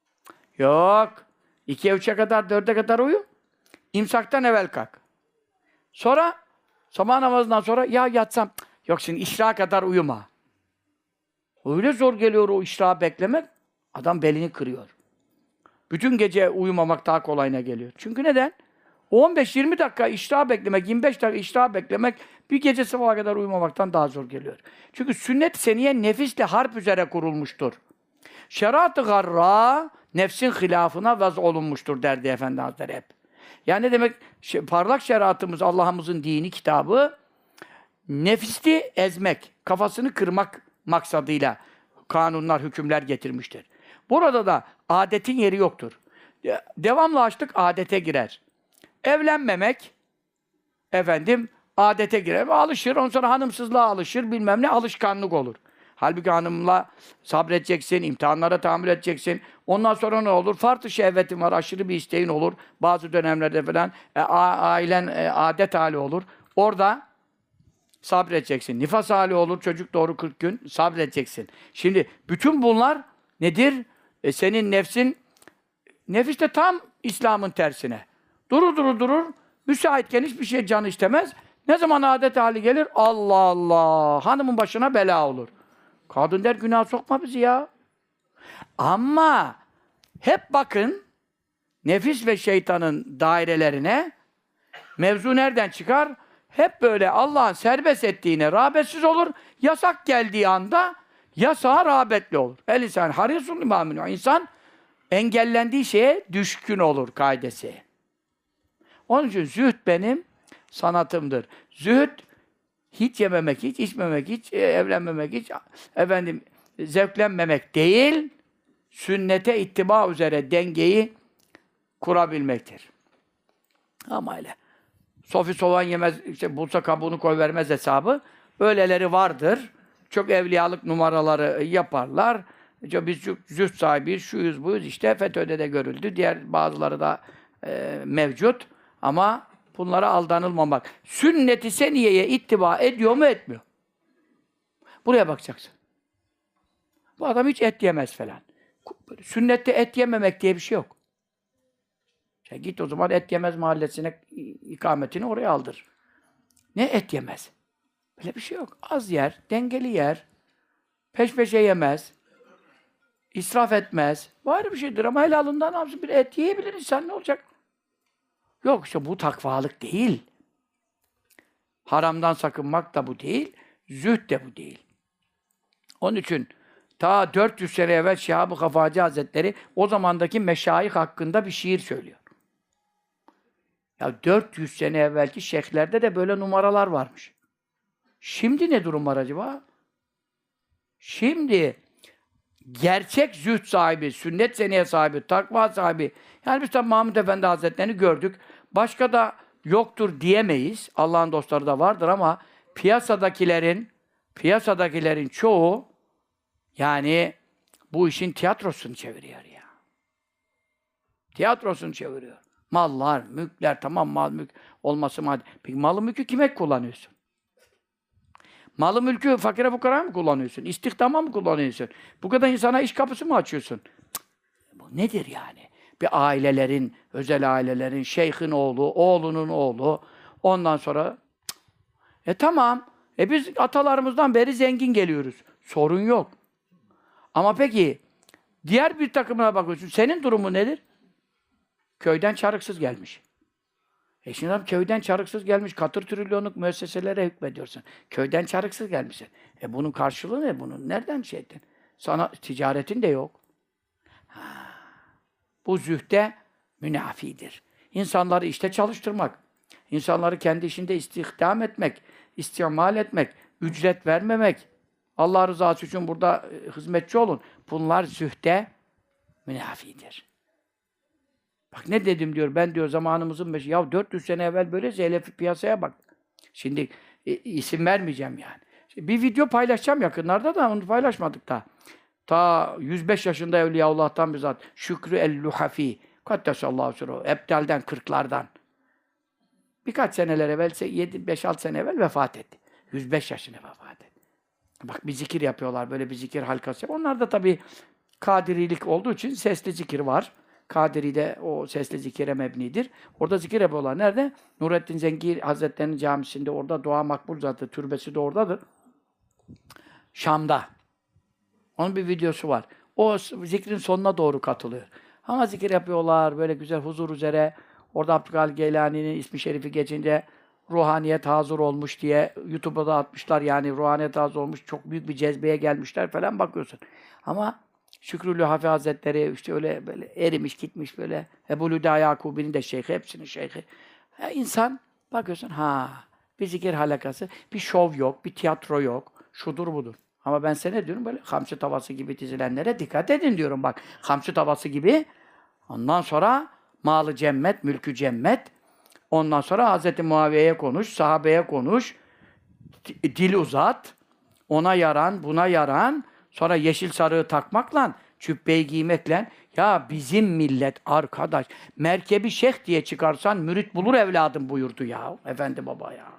Yok. 2'ye 3'e kadar, 4'e kadar uyu. İmsaktan evvel kalk. Sonra, sabah namazından sonra ya yatsam. Yok şimdi işrağa kadar uyuma. Öyle zor geliyor o işrağı beklemek. Adam belini kırıyor. Bütün gece uyumamak daha kolayına geliyor. Çünkü neden? 15-20 dakika iştah beklemek, 25 dakika iştah beklemek bir gece sabaha kadar uyumamaktan daha zor geliyor. Çünkü sünnet seniye nefisle harp üzere kurulmuştur. Şerat-ı garra nefsin hilafına vaz olunmuştur derdi Efendi Hazretleri hep. Yani ne demek? Parlak şeriatımız, Allah'ımızın dini kitabı nefisli ezmek, kafasını kırmak maksadıyla kanunlar, hükümler getirmiştir. Burada da adetin yeri yoktur. Devamlı açlık adete girer. Evlenmemek, efendim, adete girer ve alışır. Ondan sonra hanımsızlığa alışır, bilmem ne, alışkanlık olur. Halbuki hanımla sabredeceksin, imtihanlara tahammül edeceksin. Ondan sonra ne olur? Farklı şehvetin var, aşırı bir isteğin olur. Bazı dönemlerde falan ailen adet hali olur. Orada sabredeceksin. Nifas hali olur, çocuk doğru 40 gün sabredeceksin. Şimdi bütün bunlar nedir? Senin nefsin, nefis de tam İslam'ın tersine. Durur, müsaitken hiçbir şey canı istemez. Ne zaman adet hali gelir? Allah Allah! Hanımın başına bela olur. Kadın der, günah sokma bizi ya. Ama hep bakın, nefis ve şeytanın dairelerine mevzu nereden çıkar? Hep böyle Allah'ın serbest ettiğine rağbetsiz olur, yasak geldiği anda yasağa rağbetli olur. El insan harisun imaminu. İnsan engellendiği şeye düşkün olur kaidesi. Onun için zühd benim sanatımdır. Zühd hiç yememek, hiç içmemek, hiç evlenmemek, hiç efendim zevklenmemek değil, sünnete ittiba üzere dengeyi kurabilmektir. Ama öyle. Sofi soğan yemez, işte bulsa kabuğunu koyvermez hesabı. Öyleleri vardır. Çok evliyalık numaraları yaparlar. İşte biz zühd sahibiyiz, şuyuz buyuz, işte FETÖ'de de görüldü. Diğer bazıları da mevcut. Ama bunlara aldanılmamak. Sünnet-i seniyeye ittiba ediyor mu, etmiyor? Buraya bakacaksın. Bu adam hiç et yemez falan. Sünnette et yememek diye bir şey yok. Sen git o zaman et yemez mahallesine ikametini oraya aldır. Ne et yemez? Böyle bir şey yok. Az yer, dengeli yer, peş peşe yemez, israf etmez. Bu ayrı bir şeydir ama helalından ne yapsın? Bir et yiyebilir insan, ne olacak? Yok işte bu takvalık değil. Haramdan sakınmak da bu değil, zühd de bu değil. Onun için ta 400 sene evvel Şihab-ı Kafacı Hazretleri o zamandaki meşayih hakkında bir şiir söylüyor. Ya 400 sene evvelki şeyhlerde de böyle numaralar varmış. Şimdi ne durum var acaba? Şimdi gerçek zühd sahibi, sünnet seneye sahibi, takva sahibi. Yani biz tabi Mahmud Efendi Hazretleri'ni gördük. Başka da yoktur diyemeyiz. Allah'ın dostları da vardır ama piyasadakilerin çoğu yani bu işin tiyatrosunu çeviriyor ya. Tiyatrosunu çeviriyor. Mallar, mülkler, tamam mal mülk olması madde. Peki malı mülkü kime kullanıyorsun? Malı mülkü fakire fukaraya mı kullanıyorsun? İstihdama mı kullanıyorsun? Bu kadar insana iş kapısı mı açıyorsun? Cık, bu nedir yani? Bir ailelerin, özel ailelerin, şeyhin oğlu, oğlunun oğlu, ondan sonra tamam. Biz atalarımızdan beri zengin geliyoruz. Sorun yok. Ama peki diğer bir takımına bakıyorsun. Senin durumu nedir? Köyden çarıksız gelmiş. Şimdi abi köyden çarıksız gelmiş, katır trilyonluk müesseselere hükmediyorsun. Köyden çarıksız gelmişsin. Bunun karşılığı ne? Bunun nereden şey ettin? Sana ticaretin de yok. Bu zühde münafidir. İnsanları işte çalıştırmak, insanları kendi işinde istihdam etmek, istimal etmek, ücret vermemek, Allah rızası için burada hizmetçi olun. Bunlar zühde münafidir. Bak ne dedim diyor, ben diyor zamanımızın başı, ya 400 sene evvel böyle zeylefi piyasaya bak. Şimdi isim vermeyeceğim yani. Bir video paylaşacağım yakınlarda da onu paylaşmadık da. Ta 105 yaşında Evliyaullah'tan bizzat Şükrü el-Luhafi Kaddesallahu sürruhu Ebdal'den 40'lardan. Birkaç seneler evvel 5-6 sene evvel vefat etti. 105 yaşında vefat etti. Bak bir zikir yapıyorlar, böyle bir zikir halkası. Onlar da tabii kadirilik olduğu için sesli zikir var. Kadiri'de o sesli zikire mebnidir. Orada zikir yapıyorlar. Nerede? Nurettin Zengi Hazretleri'nin camisinde, orada dua makbul zaten. Türbesi de oradadır. Şam'da. Onun bir videosu var. O zikrin sonuna doğru katılıyor. Ama zikir yapıyorlar böyle güzel huzur üzere. Orada Abdülkadir Geylani'nin ismi şerifi geçince ruhaniyet hazır olmuş diye YouTube'a da atmışlar. Yani ruhaniyet hazır olmuş. Çok büyük bir cezbeye gelmişler falan bakıyorsun. Ama Şükrü Lühafi Hazretleri işte öyle böyle erimiş gitmiş böyle. Ebu Lüda Yakubi'nin de şeyhi, hepsinin şeyhi. İnsan bakıyorsun bir zikir halakası, bir şov yok, bir tiyatro yok. Şudur budur. Ama ben sana diyorum böyle hamsi tavası gibi dizilenlere dikkat edin diyorum bak. Hamsi tavası gibi. Ondan sonra malı cemmet, mülkü cemmet. Ondan sonra Hz. Muaviye'ye konuş, sahabeye konuş. Dil uzat. Ona yaran, buna yaran. Sonra yeşil sarığı takmakla, cübbeyi giymekle. Ya bizim millet arkadaş, merkebi şeyh diye çıkarsan mürit bulur evladım buyurdu ya. Efendi baba ya.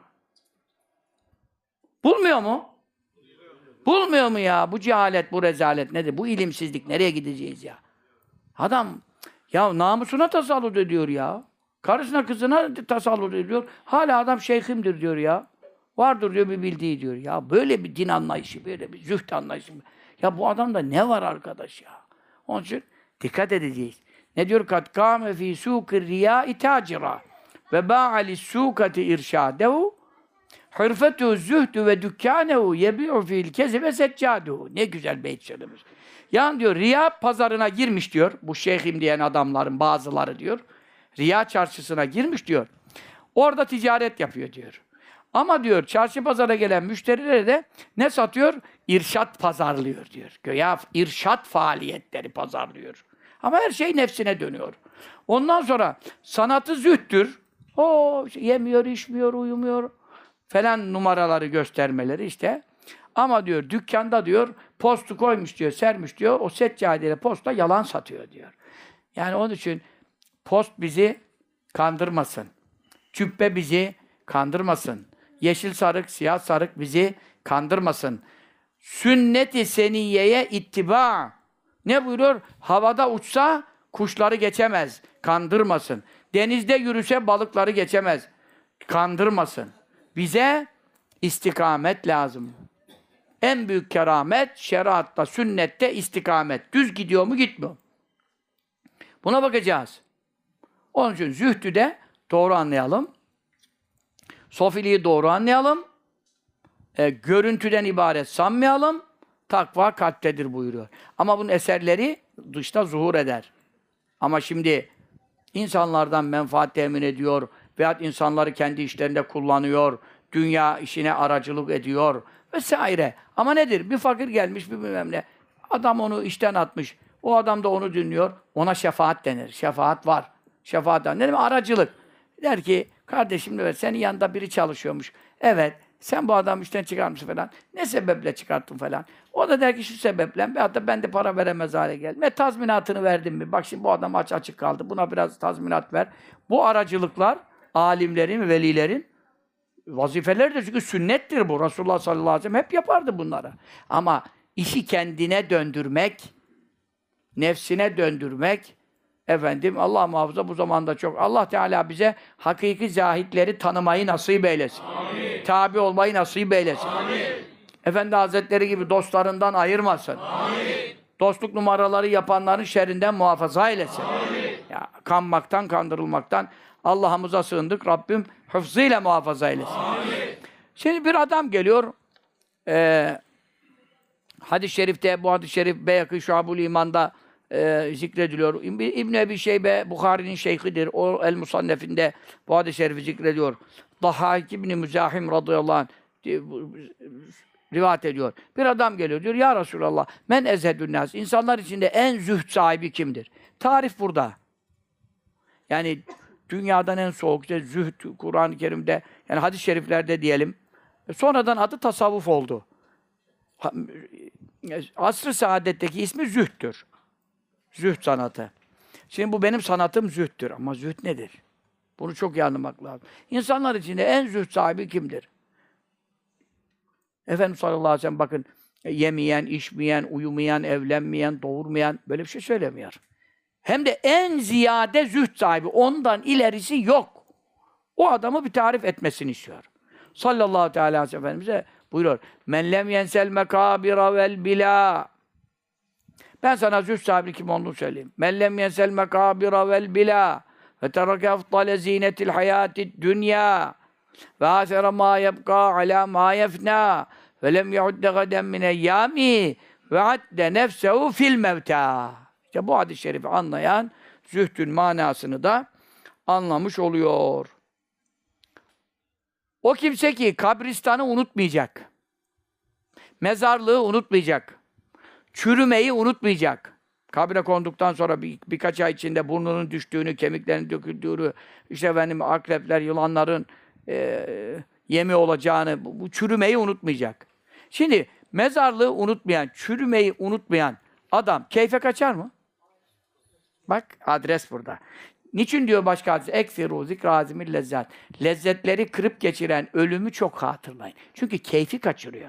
Bulmuyor mu? Bulmuyor mu ya? Bu cehalet, bu rezalet nedir? Bu ilimsizlik, nereye gideceğiz ya? Adam, ya namusuna tasallut ediyor ya. Karısına, kızına tasallut ediyor. Hala adam şeyhimdir diyor ya. Vardır diyor bir bildiği diyor. Ya böyle bir din anlayışı, böyle bir zühd anlayışı. Ya bu adamda ne var arkadaş ya? Onun için dikkat edeceğiz. Ne diyor? Kat kâme fî sûkir riyâ itâcira ve bâ'ali sûkati irşâdehu hırfetu zühdü ve dükkânehu yebi'u fîl kezibe seccâduhu. Ne güzel beyt söylemiş. Yani diyor riya pazarına girmiş diyor. Bu şeyhim diyen adamların bazıları diyor. Riya çarşısına girmiş diyor. Orada ticaret yapıyor diyor. Ama diyor çarşı pazara gelen müşterilere de ne satıyor? İrşat pazarlıyor diyor. Göya irşat faaliyetleri pazarlıyor. Ama her şey nefsine dönüyor. Ondan sonra sanatı zühttür. Yemiyor, içmiyor, uyumuyor falan numaraları göstermeleri işte. Ama diyor dükkanda diyor postu koymuş diyor, sermiş diyor. O seccadeyle posta yalan satıyor diyor. Yani onun için post bizi kandırmasın. Cübbe bizi kandırmasın. Yeşil sarık, siyah sarık bizi kandırmasın. Sünnet-i seniyeye ittiba. Ne buyuruyor? Havada uçsa kuşları geçemez. Kandırmasın. Denizde yürüse balıkları geçemez. Kandırmasın. Bize istikamet lazım. En büyük keramet, şeriatta, sünnette istikamet. Düz gidiyor mu, gitmiyor mu? Buna bakacağız. Onun için zühdü de doğru anlayalım. Sofiliği doğru anlayalım. Görüntüden ibaret sanmayalım. Takva kalptedir buyuruyor. Ama bunun eserleri dışta zuhur eder. Ama şimdi insanlardan menfaat temin ediyor veyahut insanları kendi işlerinde kullanıyor. dünya işine aracılık ediyor vesaire. Ama nedir? Bir fakir gelmiş, bir bilmem ne. Adam onu işten atmış. O adam da onu dinliyor. Ona şefaat denir. Şefaat var. Şefaat var. Ne demek? Aracılık. Der ki, kardeşim evet, senin yanında biri çalışıyormuş. Evet, sen bu adamı işten çıkarmışsın falan. Ne sebeple çıkarttın falan. O da der ki şu sebeple, veyahut da ben de para veremez hale geldim. Ve tazminatını verdin mi? Bak şimdi bu adam açık kaldı. Buna biraz tazminat ver. Bu aracılıklar, alimlerin, velilerin vazifeleridir. Çünkü sünnettir bu. Resulullah sallallahu aleyhi ve sellem hep yapardı bunları. Ama işi kendine döndürmek, nefsine döndürmek, efendim Allah muhafaza bu zamanda çok. Allah Teala bize hakiki zahitleri tanımayı nasip eylesin. Amin. Tabi olmayı nasip eylesin. Amin. Efendi Hazretleri gibi dostlarından ayırmasın. Amin. Dostluk numaraları yapanların şerrinden muhafaza eylesin. Amin. Ya, kanmaktan, kandırılmaktan Allah'ımıza sığındık. Rabbim hıfzıyla muhafaza eylesin. Amin. Şimdi bir adam geliyor. Hadis-i şerifte, bu hadis-i şerif Beyhakî Şuab-ül İman'da zikrediliyor. İbn Ebi Şeybe, Bukhari'nin şeyhidir. O El-Musannef'inde bu hadis-i şerifi zikrediyor. Dahhak ibn Müzahim radıyallahu anh rivayet ediyor. Bir adam geliyor diyor, ya Resulallah, men ezhedün nas. İnsanlar içinde en zühd sahibi kimdir? Tarif burada. Yani dünyadan en soğuk, işte zühd, Kur'an-ı Kerim'de, yani hadis-i şeriflerde diyelim. Sonradan adı tasavvuf oldu. Asr-ı saadetteki ismi zühttür. Zühd sanatı. Şimdi bu benim sanatım zühttür. Ama zühd nedir? Bunu çok iyi anlamak lazım. İnsanlar içinde en zühd sahibi kimdir? Efendimiz sallallahu aleyhi ve sellem bakın, yemeyen, içmeyen, uyumayan, evlenmeyen, doğurmayan, böyle bir şey söylemiyor. Hem de en ziyade zühd sahibi. Ondan ilerisi yok. O adamı bir tarif etmesini istiyor. Sallallahu teala aleyhi ve sellem Efendimiz'e buyuruyor. Men lem yensel mekabira vel bila. Ben sana zühd sahibi kim olduğunu söyleyeyim. Men lem yensel mekabira vel bila. Ve terake efdale zinetil hayatid dünya. Ve asera ma yebqa ala ma yefna. Ve lem yehudde gaden min eyyami. Ve adde nefsehu fil mevta. İşte bu hadis-i şerifi anlayan zühdün manasını da anlamış oluyor. O kimse ki kabristanı unutmayacak, mezarlığı unutmayacak, çürümeyi unutmayacak. Kabre konduktan sonra birkaç ay içinde burnunun düştüğünü, kemiklerinin döküldüğünü, işte efendim akrepler, yılanların yemi olacağını, bu çürümeyi unutmayacak. Şimdi mezarlığı unutmayan, çürümeyi unutmayan adam keyfe kaçar mı? Bak adres burada. Niçin diyor başka hadis? Ekfiru zikrazimil lezzat. Lezzetleri kırıp geçiren ölümü çok hatırlayın. Çünkü keyfi kaçırıyor.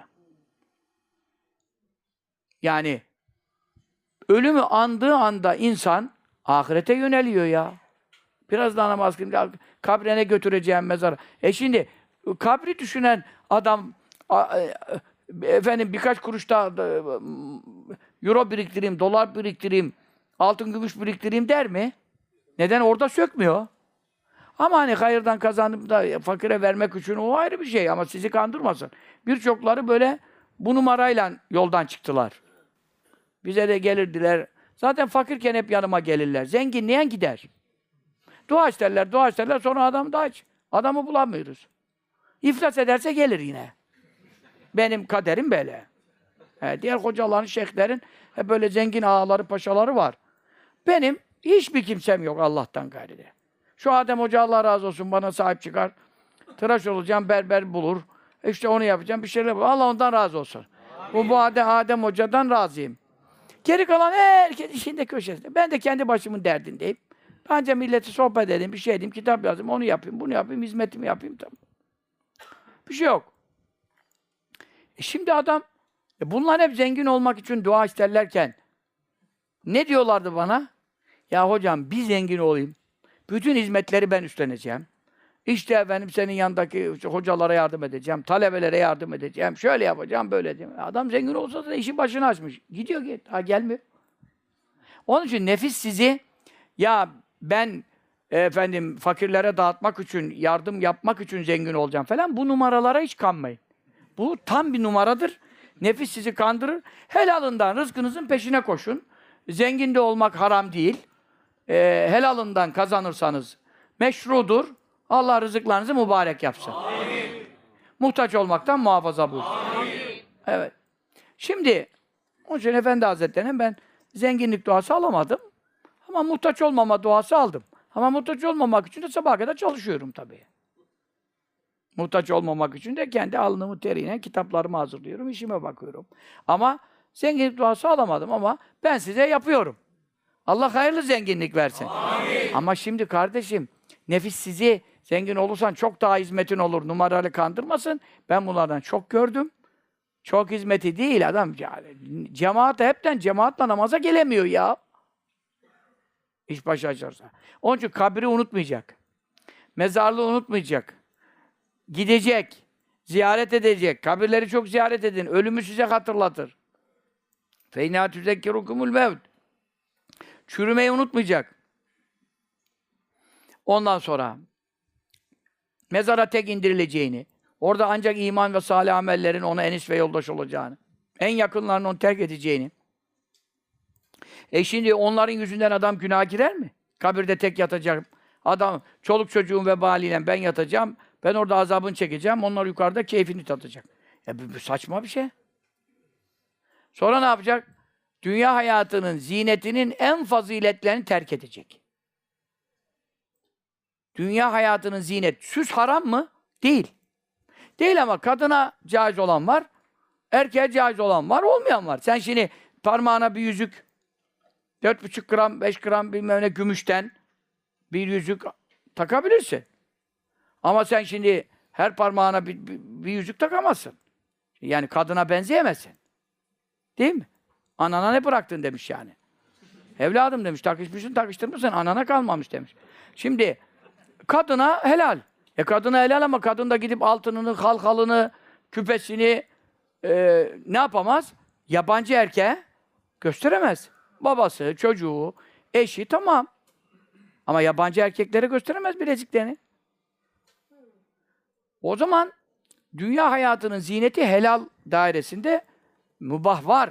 Yani ölümü andığı anda insan ahirete yöneliyor ya. Biraz daha namaz kılayım, kabrine götüreceğim mezara. Şimdi kabri düşünen adam efendim birkaç kuruş daha euro biriktireyim, dolar biriktireyim, altın gümüş biriktireyim der mi? Neden? Orada sökmüyor. Ama hani hayırdan kazanıp da fakire vermek için o ayrı bir şey ama sizi kandırmasın. Birçokları böyle bu numarayla yoldan çıktılar. Bize de gelirdiler. Zaten fakirken hep yanıma gelirler. Zenginleyen gider. Dua isterler, dua isterler. Sonra adam da aç. Adamı bulamıyoruz. İflas ederse gelir yine. Benim kaderim böyle. Diğer hocaların, şeyhlerin hep böyle zengin ağaları, paşaları var. Benim hiçbir kimsem yok Allah'tan gayrı. Şu Adem Hoca Allah razı olsun bana sahip çıkar. Tıraş olacağım, berber bulur. İşte onu yapacağım, bir şeyler bulur. Allah ondan razı olsun. Bu Adem Hoca'dan razıyım. Geri kalan herkes işinde köşesinde. Ben de kendi başımın derdindeyim. Bence milleti sohbet edeyim, bir şey edeyim, kitap yazayım, onu yapayım, bunu yapayım, hizmetimi yapayım. Tamam. Bir şey yok. Şimdi adam, bunlar hep zengin olmak için dua isterlerken ne diyorlardı bana? Ya hocam bir zengin olayım. Bütün hizmetleri ben üstleneceğim. İşte efendim senin yanındaki işte, hocalara yardım edeceğim, talebelere yardım edeceğim, şöyle yapacağım, böyle edeceğim. Adam zengin olsa da işin başını açmış. Gidiyor ki, daha gelmiyor. Onun için nefis sizi, ya ben efendim fakirlere dağıtmak için, yardım yapmak için zengin olacağım falan, bu numaralara hiç kanmayın. Bu tam bir numaradır. Nefis sizi kandırır. Helalından, rızkınızın peşine koşun. Zengin de olmak haram değil. Helalından kazanırsanız meşrudur. Allah rızıklarınızı mübarek yapsın. Amin. Muhtaç olmaktan muhafaza buyursun. Evet. Şimdi onun için Efendi Hazretleri'ne ben zenginlik duası alamadım. Ama muhtaç olmama duası aldım. Ama muhtaç olmamak için de sabaha kadar çalışıyorum tabii. Muhtaç olmamak için de kendi alnımı teriyle kitaplarımı hazırlıyorum, işime bakıyorum. Ama zenginlik duası alamadım ama ben size yapıyorum. Allah hayırlı zenginlik versin. Amin. Ama şimdi kardeşim, nefis sizi zengin olursan çok daha hizmetin olur. Numaralı kandırmasın. Ben bunlardan çok gördüm. Çok hizmeti değil adam. Cemaate hepten cemaatle namaza gelemiyor ya. İş başı açarsa. Onun için kabri unutmayacak. Mezarlığı unutmayacak. Gidecek. Ziyaret edecek. Kabirleri çok ziyaret edin. Ölümü size hatırlatır. فَاِنَا تُذَكِّرُكُمُ الْمَوْتِ Çürümeyi unutmayacak. Ondan sonra mezara tek indirileceğini, orada ancak iman ve salih amellerin ona enis ve yoldaş olacağını, en yakınlarının onu terk edeceğini. Şimdi onların yüzünden adam günaha girer mi? Kabirde tek yatacak. Adam, çoluk çocuğun vebaliyle ben yatacağım, ben orada azabını çekeceğim, onlar yukarıda keyfini tatacak. Bu saçma bir şey. Sonra ne yapacak? Dünya hayatının zinetinin en faziletlerini terk edecek. Dünya hayatının zinet, süs haram mı? Değil. Değil ama kadına caiz olan var, erkeğe caiz olan var, olmayan var. Sen şimdi parmağına bir yüzük, 4,5 gram, 5 gram bilmem ne gümüşten bir yüzük takabilirsin. Ama sen şimdi her parmağına bir yüzük takamazsın. Yani kadına benzeyemezsin. Değil mi? Anana ne bıraktın demiş yani. Evladım demiş, takışmışsın, takıştırmışsın, anana kalmamış demiş. Şimdi kadına helal. Kadına helal ama kadın da gidip altınını, halkalını, küpesini ne yapamaz? Yabancı erkeğe gösteremez. Babası, çocuğu, eşi tamam. Ama yabancı erkeklere gösteremez bileziklerini. O zaman dünya hayatının zineti helal dairesinde mübah var.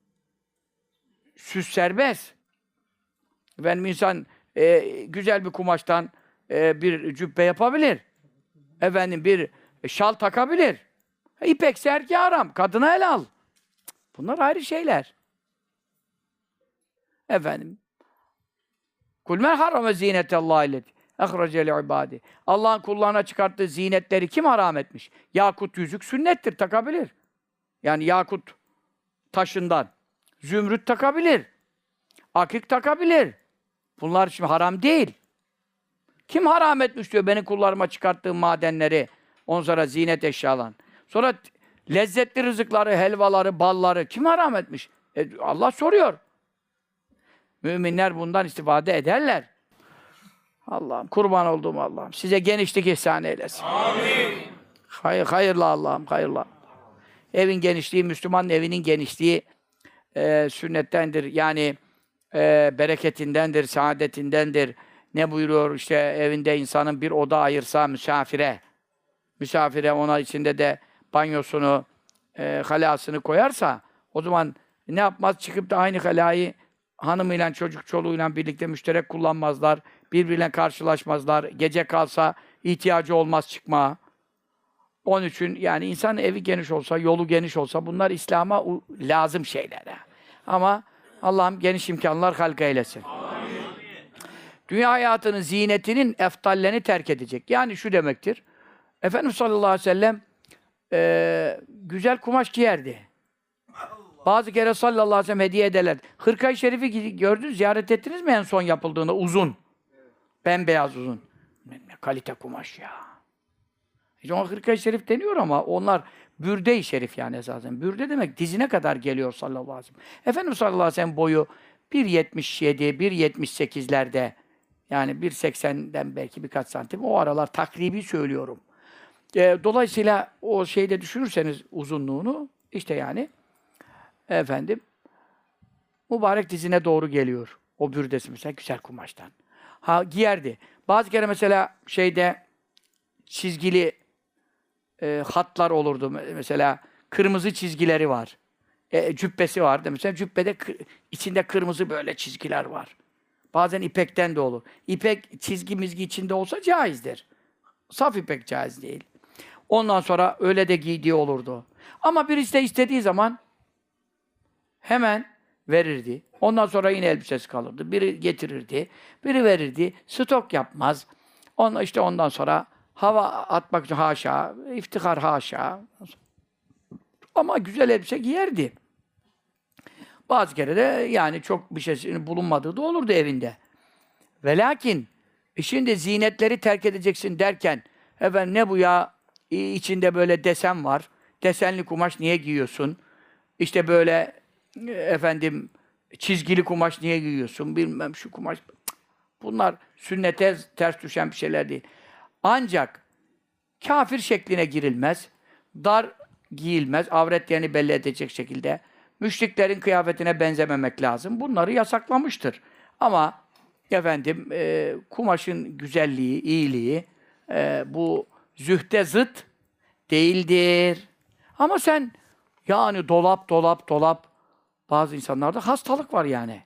Süs serbest. Efendim insan güzel bir kumaştan bir cübbe yapabilir. Efendim bir şal takabilir. İpek sergi haram. Kadına helal. Bunlar ayrı şeyler. Efendim. Kul men harrame zinetallahi illeti ehrece li'ibadi. Allah'ın kullarına çıkarttığı zinetleri kim haram etmiş? Yakut yüzük sünnettir, takabilir. Yani yakut taşından. Zümrüt takabilir. Akik takabilir. Bunlar şimdi haram değil. Kim haram etmiş diyor benim kullarıma çıkarttığım madenleri, onlara zinet eşyalan. Sonra lezzetli rızıkları, helvaları, balları kim haram etmiş? Allah soruyor. Müminler bundan istifade ederler. Allah'ım kurban olduğum Allah'ım. Size genişlik ihsan eylesin. Amin. Hayırlı Allah'ım, hayırlı. Evin genişliği, Müslümanın evinin genişliği sünnettendir. Yani bereketindendir, saadetindendir. Ne buyuruyor işte evinde insanın bir oda ayırsa misafire ona içinde de banyosunu, halasını koyarsa o zaman ne yapmaz? Çıkıp da aynı halayı hanımıyla, çocuk çoluğuyla birlikte müşterek kullanmazlar. Birbiriyle karşılaşmazlar. Gece kalsa ihtiyacı olmaz çıkma. Onun için yani insanın evi geniş olsa, yolu geniş olsa bunlar İslam'a lazım şeyler. Ama Allah'ım geniş imkanlar halka eylesin. Amin. Dünya hayatının zinetinin eftallerini terk edecek. Yani şu demektir. Efendimiz sallallahu aleyhi ve sellem güzel kumaş giyerdi. Bazı kere sallallahu aleyhi ve sellem hediye ederler. Hırka-i Şerif'i gördünüz, ziyaret ettiniz mi en son yapıldığında? Uzun. Bembeyaz uzun. Ne kalite kumaş ya. Ona Hırka-i Şerif deniyor ama onlar bürde-i şerif yani esasen. Bürde demek dizine kadar geliyor sallallahu aleyhi ve sellem. Efendimiz sallallahu aleyhi ve sellem boyu 1.77, 1.78'lerde yani 1.80'den belki birkaç santim. O aralar takribi söylüyorum. Dolayısıyla o şeyde düşünürseniz uzunluğunu işte yani efendim mübarek dizine doğru geliyor. O bürdesi mesela güzel kumaştan. Giyerdi. Bazı kere mesela şeyde çizgili hatlar olurdu. Mesela kırmızı çizgileri var. Cübbesi vardı. Mesela cübbede içinde kırmızı böyle çizgiler var. Bazen ipekten de olur. İpek çizgi mizgi içinde olsa caizdir. Saf ipek caiz değil. Ondan sonra öyle de giydiği olurdu. Ama birisi de istediği zaman hemen verirdi. Ondan sonra yine elbisesi kalırdı. Biri getirirdi, biri verirdi. Stok yapmaz. Ondan sonra hava atmak için haşa, iftihar haşa. Ama güzel elbise giyerdi. Bazı kere de yani çok bir şey bulunmadığı da olurdu evinde. Ve lakin şimdi zinetleri terk edeceksin derken efendim ne bu ya içinde böyle desen var. Desenli kumaş niye giyiyorsun? İşte böyle efendim çizgili kumaş niye giyiyorsun? Bilmem şu kumaş. Bunlar sünnete ters düşen bir şeyler değil. Ancak kafir şekline girilmez. Dar giyilmez. Avretlerini belli edecek şekilde. Müşriklerin kıyafetine benzememek lazım. Bunları yasaklamıştır. Ama efendim kumaşın güzelliği, iyiliği bu zühde zıt değildir. Ama sen yani dolap bazı insanlarda hastalık var yani.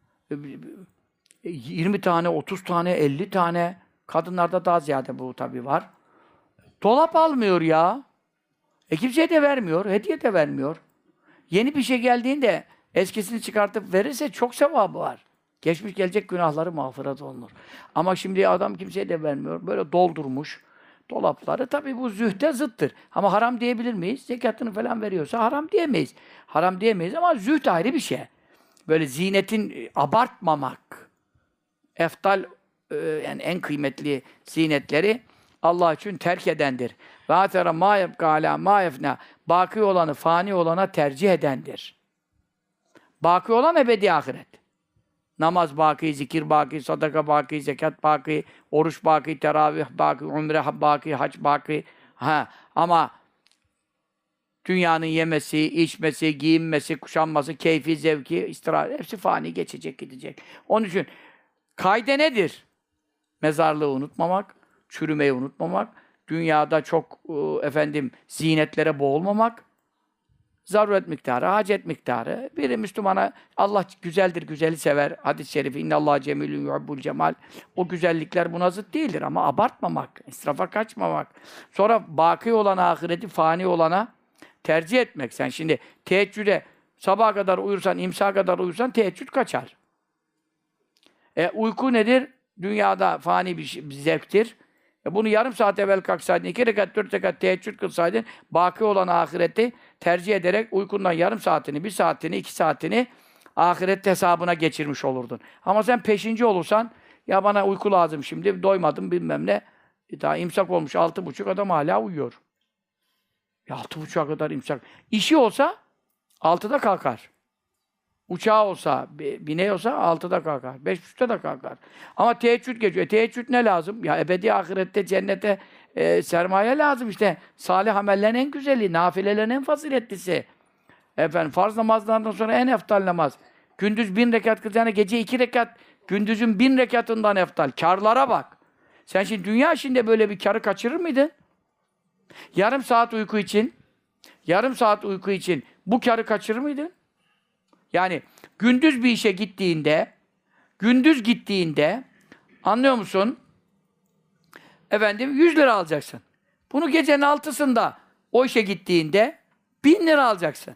20 tane, 30 tane, 50 tane kadınlarda daha ziyade bu tabii var. Dolap almıyor ya. Kimseye de vermiyor, hediye de vermiyor. Yeni bir şey geldiğinde eskisini çıkartıp verirse çok sevabı var. Geçmiş gelecek günahları mağfiret olunur. Ama şimdi adam kimseye de vermiyor. Böyle doldurmuş dolapları. Tabii bu zühde zıttır. Ama haram diyebilir miyiz? Zekatını falan veriyorsa haram diyemeyiz. Haram diyemeyiz ama zühd ayrı bir şey. Böyle zinetin abartmamak. Eftal yani en kıymetli zinetleri Allah için terk edendir. Ve atera ma yebka ala ma yefna. Baki olanı fani olana tercih edendir. Baki olan ebedi ahiret. Namaz baki, zikir baki, sadaka baki, zekat baki, oruç baki, teravih baki, umre baki, hac baki. Ama dünyanın yemesi, içmesi, giyinmesi, kuşanması, keyfi, zevki, istirahat hepsi fani geçecek, gidecek. Onun için kaide nedir? Mezarlığı unutmamak, çürümeyi unutmamak, dünyada çok zinetlere boğulmamak, zaruret miktarı, hacet miktarı. Biri Müslümana Allah güzeldir, güzeli sever. Hadis-i şerifi innallâhe cemîlün yuhibbul cemal. O güzellikler buna zıt değildir ama abartmamak, israfa kaçmamak. Sonra baki olan ahireti fani olana tercih etmek. Sen şimdi teheccüde sabaha kadar uyursan, imsaha kadar uyursan teheccüd kaçar. Uyku nedir? Dünyada fani bir zevktir. Bunu yarım saat evvel kalksaydın, 2 rekat, 4 rekat teheccüd kılsaydın, baki olan ahireti tercih ederek uykundan yarım saatini, 1 saatini, 2 saatini ahiret hesabına geçirmiş olurdun. Ama sen peşinci olursan, ya bana uyku lazım şimdi, doymadım bilmem ne, daha imsak olmuş 6.30 adam hala uyuyor. Ya 6.30'a kadar imsak. İşi olsa 6'da kalkar. Uçağı olsa, bineği olsa 6'da kalkar. 5.30'da da kalkar. Ama teheccüd geçiyor. Teheccüd ne lazım? Ya ebedi ahirette, cennete sermaye lazım işte. Salih amellerin en güzeli, nafilelerin en faziletlisi. Farz namazlarından sonra en eftal namaz. Gündüz 1000 rekat kılacağına gece 2 rekat, gündüzün 1000 rekatından eftal. Kârlara bak. Sen şimdi dünya içinde böyle bir kârı kaçırır mıydın? Yarım saat uyku için bu kârı kaçırır mıydın? Yani gündüz bir işe gittiğinde, anlıyor musun? 100 lira alacaksın. Bunu gecenin 6'sında o işe gittiğinde 1000 lira alacaksın.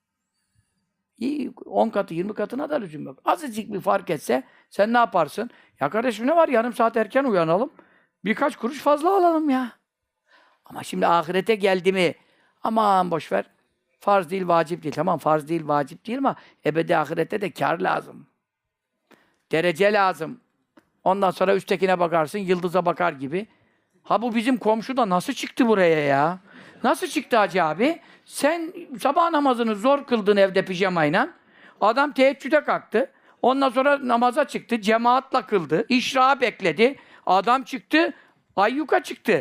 10 katı, 20 katına da lüzum yok. Azıcık bir fark etse sen ne yaparsın? Ya kardeşim ne var? Yarım saat erken uyanalım. Birkaç kuruş fazla alalım ya. Ama şimdi ahirete geldi mi? Aman boş ver. Farz değil, vacip değil. Tamam farz değil, vacip değil ama ebedi ahirette de kâr lazım. Derece lazım. Ondan sonra üsttekine bakarsın, yıldıza bakar gibi. Ha bu bizim komşu da nasıl çıktı buraya ya? Nasıl çıktı Hacı abi? Sen sabah namazını zor kıldın evde pijamayla. Adam teheccüde kalktı. Ondan sonra namaza çıktı. Cemaatla kıldı. İşrağı bekledi. Adam çıktı. Ayyuka çıktı.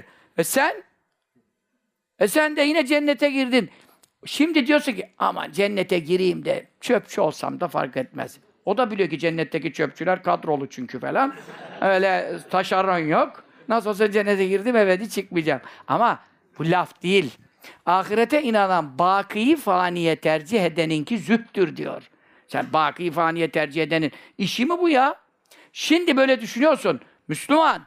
Sen de yine cennete girdin. Şimdi diyorsun ki aman cennete gireyim de çöpçü olsam da fark etmez. O da biliyor ki cennetteki çöpçüler kadrolu çünkü falan. Öyle taşeron yok. Nasıl olsa cennete girdim ebedi çıkmayacağım. Ama bu laf değil. Ahirete inanan bakiyi faniye tercih edeninki zühtür diyor. Sen bakiyi faniye tercih edenin işi mi bu ya? Şimdi böyle düşünüyorsun. Müslüman.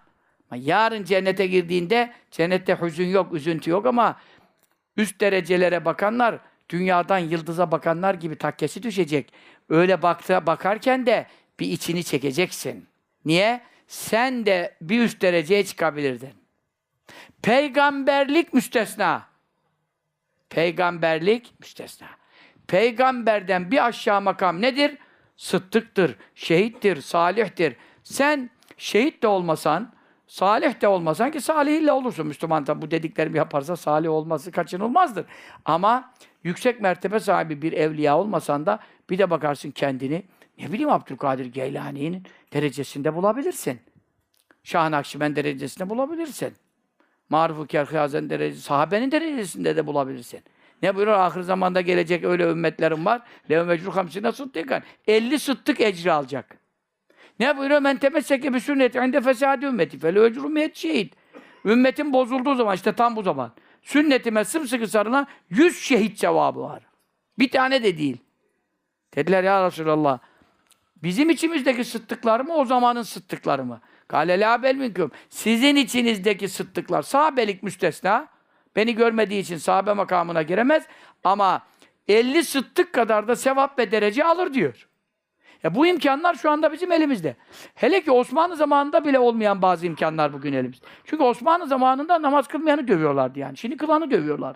Ama yarın cennete girdiğinde cennette hüzün yok, üzüntü yok ama üst derecelere bakanlar dünyadan yıldıza bakanlar gibi takkesi düşecek. Öyle bakarken de bir içini çekeceksin. Niye? Sen de bir üst dereceye çıkabilirdin. Peygamberlik müstesna. Peygamberlik müstesna. Peygamberden bir aşağı makam nedir? Sıddıktır, şehittir, salihtir. Sen şehit de olmasan, salih de olmasan ki salihiyle olursun. Müslüman da bu dediklerimi yaparsa salih olması kaçınılmazdır. Ama yüksek mertebe sahibi bir evliya olmasan da bir de bakarsın kendini, ne bileyim Abdülkadir Geylani'nin derecesinde bulabilirsin. Şah-ı Nakşibend derecesinde bulabilirsin. Maruf-u Kerkâzen derecesi, sahabenin derecesinde de bulabilirsin. Ne buyuruyor? Ahir zamanda gelecek öyle ümmetlerim var. Lev mecru hamsine sıddıkan. 50 sıddık ecri alacak. Ne buyuruyor? Men temesseke bi sünneti inde fesâdi ümmeti. Fele ecru miyet şehit. Ümmetin bozulduğu zaman, işte tam bu zaman. Sünnetime sımsıkı sarılan 100 şehit cevabı var. Bir tane de değil. Dediler ya Resulallah, bizim içimizdeki sıddıklar mı, o zamanın sıddıkları mı? Kâle lâ bel minküm. Sizin içinizdeki sıddıklar, sahabelik müstesna, beni görmediği için sahabe makamına giremez ama 50 sıddık kadar da sevap ve derece alır diyor. Ya bu imkanlar şu anda bizim elimizde. Hele ki Osmanlı zamanında bile olmayan bazı imkanlar bugün elimizde. Çünkü Osmanlı zamanında namaz kılmayanı dövüyorlardı yani. Şimdi kılanı dövüyorlar.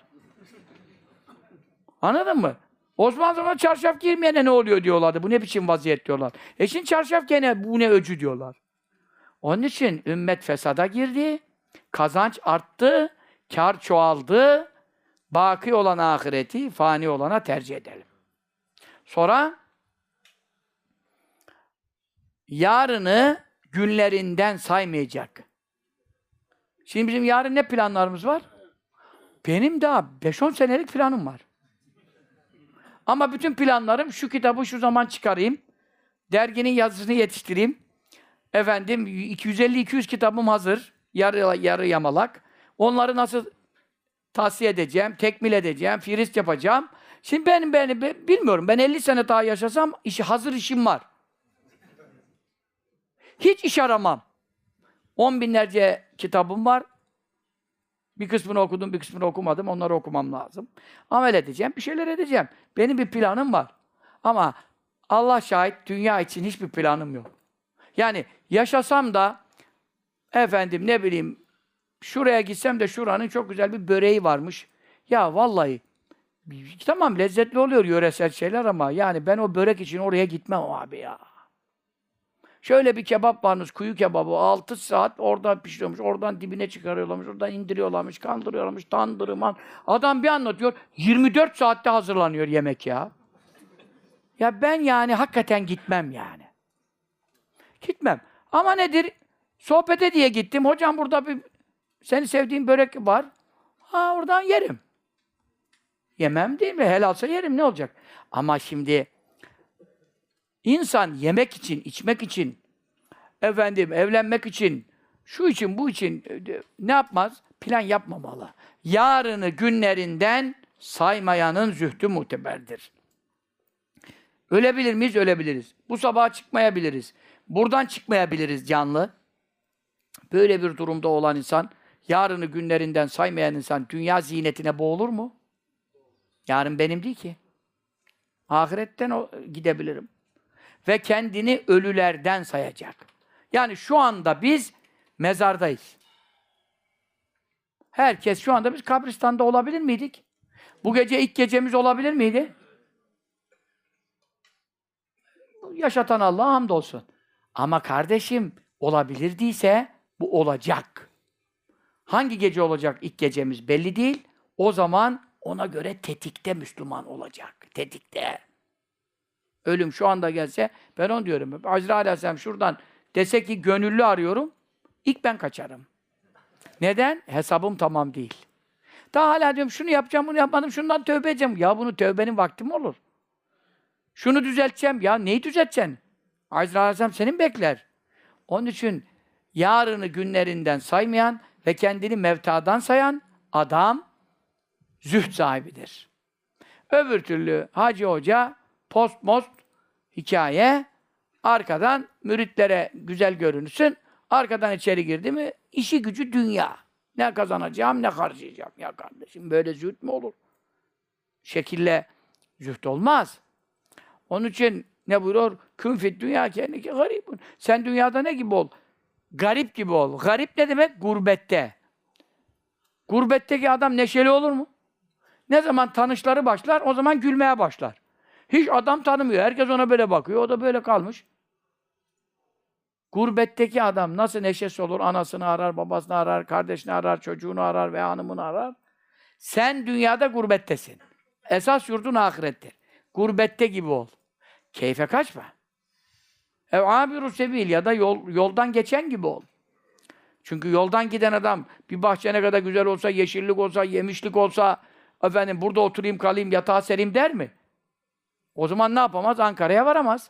Anladın mı? Osmanlı zamanında çarşaf giymeyene ne oluyor diyorlardı. Bu ne biçim vaziyet diyorlar. Şimdi çarşaf gene bu ne öcü diyorlar. Onun için ümmet fesada girdi, kazanç arttı, kar çoğaldı, baki olan ahireti fani olana tercih edelim. Sonra yarını günlerinden saymayacak. Şimdi bizim yarın ne planlarımız var? Benim daha 5-10 senelik planım var. Ama bütün planlarım şu kitabı şu zaman çıkarayım, derginin yazısını yetiştireyim, efendim 250-200 kitabım hazır, yarı yamalak. Onları nasıl tahsiye edeceğim, tekmil edeceğim, firist yapacağım. Şimdi ben bilmiyorum, ben 50 sene daha yaşasam hazır işim var. Hiç iş aramam. 10 binlerce kitabım var. Bir kısmını okudum, bir kısmını okumadım. Onları okumam lazım. Amel edeceğim, bir şeyler edeceğim. Benim bir planım var. Ama Allah şahit, dünya için hiçbir planım yok. Yani yaşasam da efendim ne bileyim şuraya gitsem de şuranın çok güzel bir böreği varmış. Ya vallahi tamam lezzetli oluyor yöresel şeyler ama yani ben o börek için oraya gitmem abi ya. Şöyle bir kebap varmış, kuyu kebabı. 6 saat oradan pişiriyormuş, oradan dibine çıkarıyorlarmış, oradan indiriyorlarmış, kandırıyorlarmış, tandırman. Adam bir anlatıyor, 24 saatte hazırlanıyor yemek ya. Ya ben yani hakikaten gitmem yani. Gitmem. Ama nedir? Sohbete diye gittim. Hocam burada bir senin sevdiğin börek var. Ha oradan yerim. Yemem değil mi? Helalsa yerim, ne olacak? Ama şimdi İnsan yemek için, içmek için, efendim evlenmek için, şu için, bu için ne yapmaz? Plan yapmamalı. Yarını günlerinden saymayanın zühdü muteberdir. Ölebilir miyiz? Ölebiliriz. Bu sabah çıkmayabiliriz. Buradan çıkmayabiliriz canlı. Böyle bir durumda olan insan, yarını günlerinden saymayan insan dünya zinetine boğulur mu? Yarın benim değil ki. Ahiretten gidebilirim. Ve kendini ölülerden sayacak. Yani şu anda biz mezardayız. Herkes şu anda biz kabristanda olabilir miydik? Bu gece ilk gecemiz olabilir miydi? Yaşatan Allah'a hamdolsun. Ama kardeşim olabilirdiyse bu olacak. Hangi gece olacak ilk gecemiz belli değil. O zaman ona göre tetikte Müslüman olacak. Tetikte. Ölüm şu anda gelse, ben onu diyorum. Azrail Aleyhisselam şuradan dese ki gönüllü arıyorum, ilk ben kaçarım. Neden? Hesabım tamam değil. Daha hala diyorum şunu yapacağım, bunu yapmadım, şundan tövbe edeceğim. Ya bunu tövbenin vakti mi olur? Şunu düzelteceğim. Ya neyi düzelteceksin? Azrail Aleyhisselam senin bekler. Onun için yarını günlerinden saymayan ve kendini mevtadan sayan adam zühd sahibidir. Öbür türlü Hacı Hoca post most hikaye, arkadan müritlere güzel görünsün, arkadan içeri girdi mi İşi gücü dünya. Ne kazanacağım, ne harcayacağım. Ya kardeşim böyle zühd mü olur? Şekille zühd olmaz. Onun için ne buyuruyor? Kün fid dünya kendiki garibun. Sen dünyada ne gibi ol? Garip gibi ol. Garip ne demek? Gurbette. Gurbetteki adam neşeli olur mu? Ne zaman tanışları başlar, o zaman gülmeye başlar. Hiç adam tanımıyor. Herkes ona böyle bakıyor. O da böyle kalmış. Gurbetteki adam nasıl neşesi olur? Anasını arar, babasını arar, kardeşini arar, çocuğunu arar ve hanımını arar. Sen dünyada gurbettesin. Esas yurdun ahirettir. Gurbette gibi ol. Keyfe kaçma. Abiru sebil ya da yoldan geçen gibi ol. Çünkü yoldan giden adam bir bahçe ne kadar güzel olsa, yeşillik olsa, yemişlik olsa, efendim burada oturayım kalayım, yatağa sereyim der mi? O zaman ne yapamaz? Ankara'ya varamaz.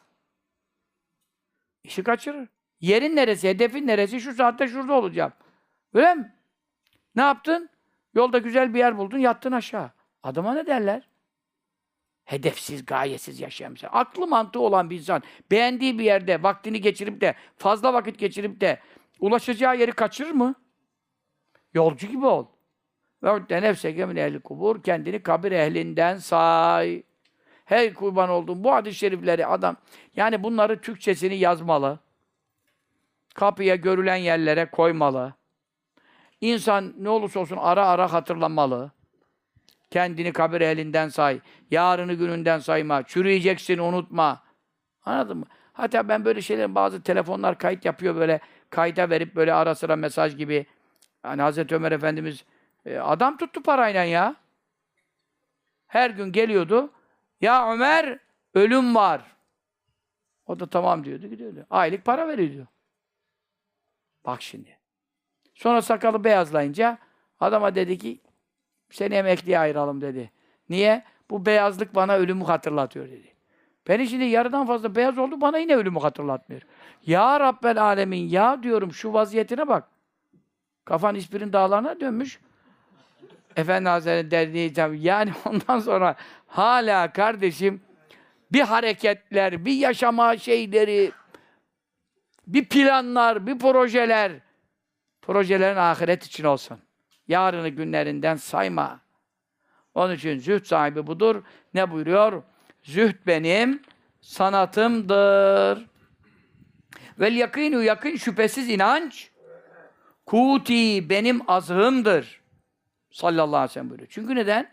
İşi kaçırır. Yerin neresi, hedefin neresi? Şu saatte şurada olacağım. Öyle mi? Ne yaptın? Yolda güzel bir yer buldun, yattın aşağı. Adama ne derler? Hedefsiz, gayesiz yaşayan insan. Aklı mantığı olan bir insan, beğendiği bir yerde vaktini geçirip de, fazla vakit geçirip de ulaşacağı yeri kaçırır mı? Yolcu gibi ol. Ve nefseke min ehli kubur, kendini kabir ehlinden say. Hey kurban olduğum bu hadis-i şerifleri adam, yani bunları Türkçesini yazmalı. Kapıya, görülen yerlere koymalı. İnsan ne olursa olsun ara ara hatırlamalı. Kendini kabir ehlinden say. Yarını gününden sayma. Çürüyeceksin, unutma. Anladın mı? Hatta ben böyle şeylerin bazı telefonlar kayıt yapıyor böyle. Kayda verip böyle ara sıra mesaj gibi. Yani Hazreti Ömer Efendimiz adam tuttu parayla ya. Her gün geliyordu. Ya Ömer, ölüm var. O da tamam diyordu, gidiyordu. Aylık para veriyordu. Bak şimdi. Sonra sakalı beyazlayınca adama dedi ki seni emekliye ayıralım dedi. Niye? Bu beyazlık bana ölümü hatırlatıyor dedi. Beni şimdi yarıdan fazla beyaz oldu, bana yine ölümü hatırlatmıyor. Ya Rabbel Alemin, ya diyorum şu vaziyetine bak. Kafan İspir'in dağlarına dönmüş. Efendi Hazretleri derdi, yani ondan sonra hala kardeşim bir hareketler, bir yaşama şeyleri, bir planlar, bir projeler. Projelerin ahiret için olsun. Yarını günlerinden sayma. Onun için zühd sahibi budur. Ne buyuruyor? Zühd benim sanatımdır. Vel yakînü, yakın şüphesiz inanç, kuti benim azığımdır. Sallallahu aleyhi ve sellem buyuruyor. Çünkü neden?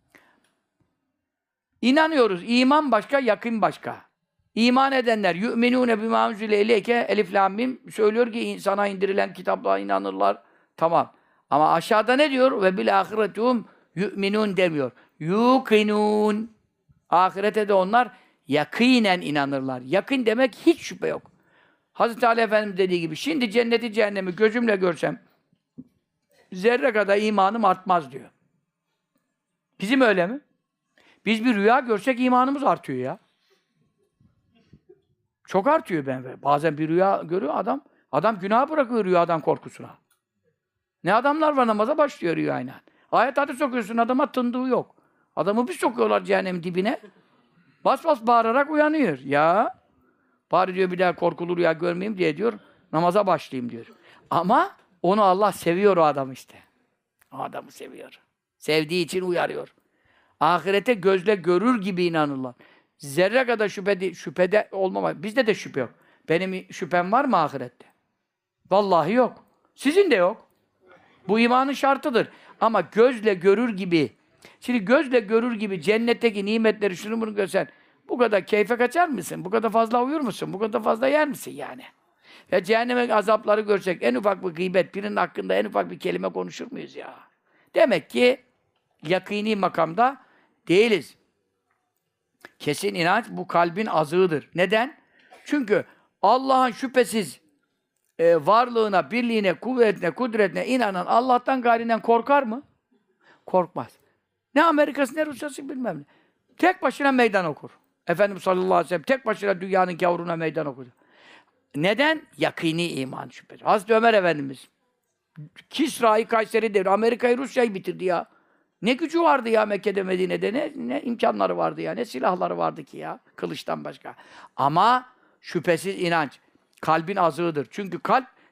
İnanıyoruz. İman başka, yakın başka. İman edenler yu'minûne bimâ unzile ileyke elif lam mim söylüyor ki insana indirilen kitaplara inanırlar. Tamam. Ama aşağıda ne diyor? Ve bil ahiretuhum yu'minûn demiyor. Yuqinûn. Ahirete de onlar yakinen inanırlar. Yakın demek hiç şüphe yok. Hazreti Ali Efendimiz dediği gibi şimdi cenneti cehennemi gözümle görsem zerre kadar imanım artmaz diyor. Bizim öyle mi? Biz bir rüya görsek imanımız artıyor ya. Çok artıyor ben. Bazen bir rüya görüyor adam. Adam günah bırakıyor rüyadan korkusuna. Ne adamlar var namaza başlıyor rüyayla. Ayet hadis okuyorsun adama tındığı yok. Adamı bir sokuyorlar cehennemin dibine. Bas bas bağırarak uyanıyor. Ya bari diyor bir daha korkulu rüya görmeyeyim diye diyor. Namaza başlayayım diyor. Ama onu Allah seviyor o adam işte. O adamı seviyor. Sevdiği için uyarıyor. Ahirete gözle görür gibi inanırlar. Zerre kadar şüphede olmama. Bizde de şüphe yok. Benim şüphem var mı ahirette? Vallahi yok. Sizin de yok. Bu imanın şartıdır. Ama gözle görür gibi. Şimdi gözle görür gibi cennetteki nimetleri şunu bunu görsen bu kadar keyfe kaçar mısın? Bu kadar fazla uyur musun? Bu kadar fazla yer misin yani? Ya cehenneme azapları görsek en ufak bir gıybet, birinin hakkında en ufak bir kelime konuşur muyuz ya? Demek ki yakîni makamda değiliz. Kesin inanç bu kalbin azığıdır. Neden? Çünkü Allah'ın şüphesiz varlığına, birliğine, kuvvetine, kudretine inanan Allah'tan gayrinden korkar mı? Korkmaz. Ne Amerika'sı ne Rusya'sı bilmem ne. Tek başına meydan okur. Efendimiz sallallahu aleyhi ve sellem tek başına dünyanın gavuruna meydan okur. Neden? Yakîni iman şüphesi. Hazreti Ömer Efendimiz Kisra'yı, Kayseri devri, Amerika'yı, Rusya'yı bitirdi ya. Ne gücü vardı ya Mekke'de, Medine'de, ne imkanları vardı ya, ne silahları vardı ki ya, kılıçtan başka. Ama şüphesiz inanç, kalbin azığıdır. Çünkü kalp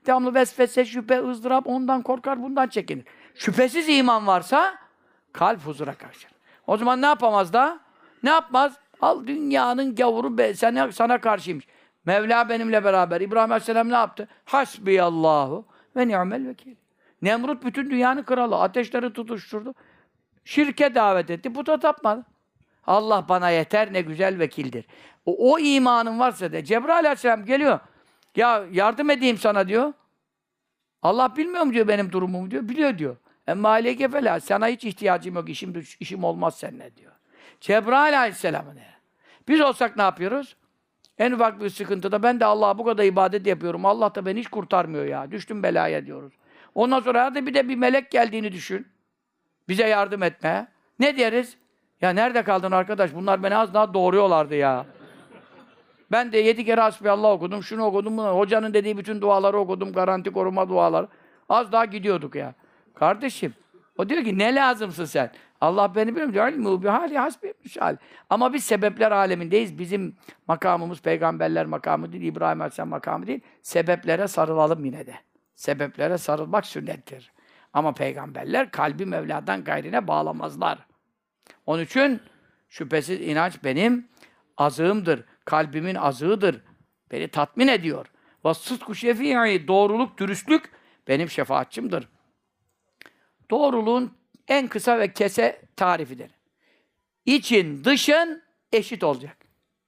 devamlı vesvese, şüphe, ızdırap, ondan korkar, bundan çekinir. Şüphesiz iman varsa kalp huzura kavuşur. O zaman ne yapamaz da? Ne yapmaz? Al dünyanın gavuru sana karşıymış. Mevla benimle beraber. İbrahim Aleyhisselam ne yaptı? Hasbiyallahu ve ni'mel vekil. Nemrut bütün dünyanın kralı. Ateşleri tutuşturdu. Şirke davet etti. Puta tapmadı. Allah bana yeter, ne güzel vekildir. O imanın varsa de. Cebrail Aleyhisselam geliyor. Ya yardım edeyim sana diyor. Allah bilmiyor mu diyor benim durumumu diyor. Biliyor diyor. Emme aleyke felâ. Sana hiç ihtiyacım yok. İşim olmaz seninle diyor. Cebrail Aleyhisselam'ın. Biz olsak ne yapıyoruz? En ufak bir sıkıntıda ben de Allah'a bu kadar ibadet yapıyorum. Allah da beni hiç kurtarmıyor ya. Düştüm belaya diyoruz. Ondan sonra hadi bir de bir melek geldiğini düşün. Bize yardım etmeye. Ne deriz? Ya nerede kaldın arkadaş? Bunlar beni az daha doğuruyorlardı ya. Ben de 7 kere hasbiyallah okudum, şunu okudum, bunu. Hocanın dediği bütün duaları okudum, garanti koruma duaları. Az daha gidiyorduk ya. Kardeşim, o diyor ki ne lazımsın sen? Allah beni bilmiyor diyor. İlmû bihâli hasbiyemüşâli. Ama biz sebepler alemindeyiz. Bizim makamımız peygamberler makamı değil, İbrahim Aleyhisselam makamı değil. Sebeplere sarılalım yine de. Sebeplere sarılmak sünnettir. Ama peygamberler kalbi Mevla'dan gayrine bağlamazlar. Onun için şüphesiz inanç benim azığımdır. Kalbimin azığıdır. Beni tatmin ediyor. وَالصِّدْقُ شَفِيعِ Doğruluk, dürüstlük benim şefaatçimdir. Doğruluğun en kısa ve kese tarifidir. İçin, dışın eşit olacak.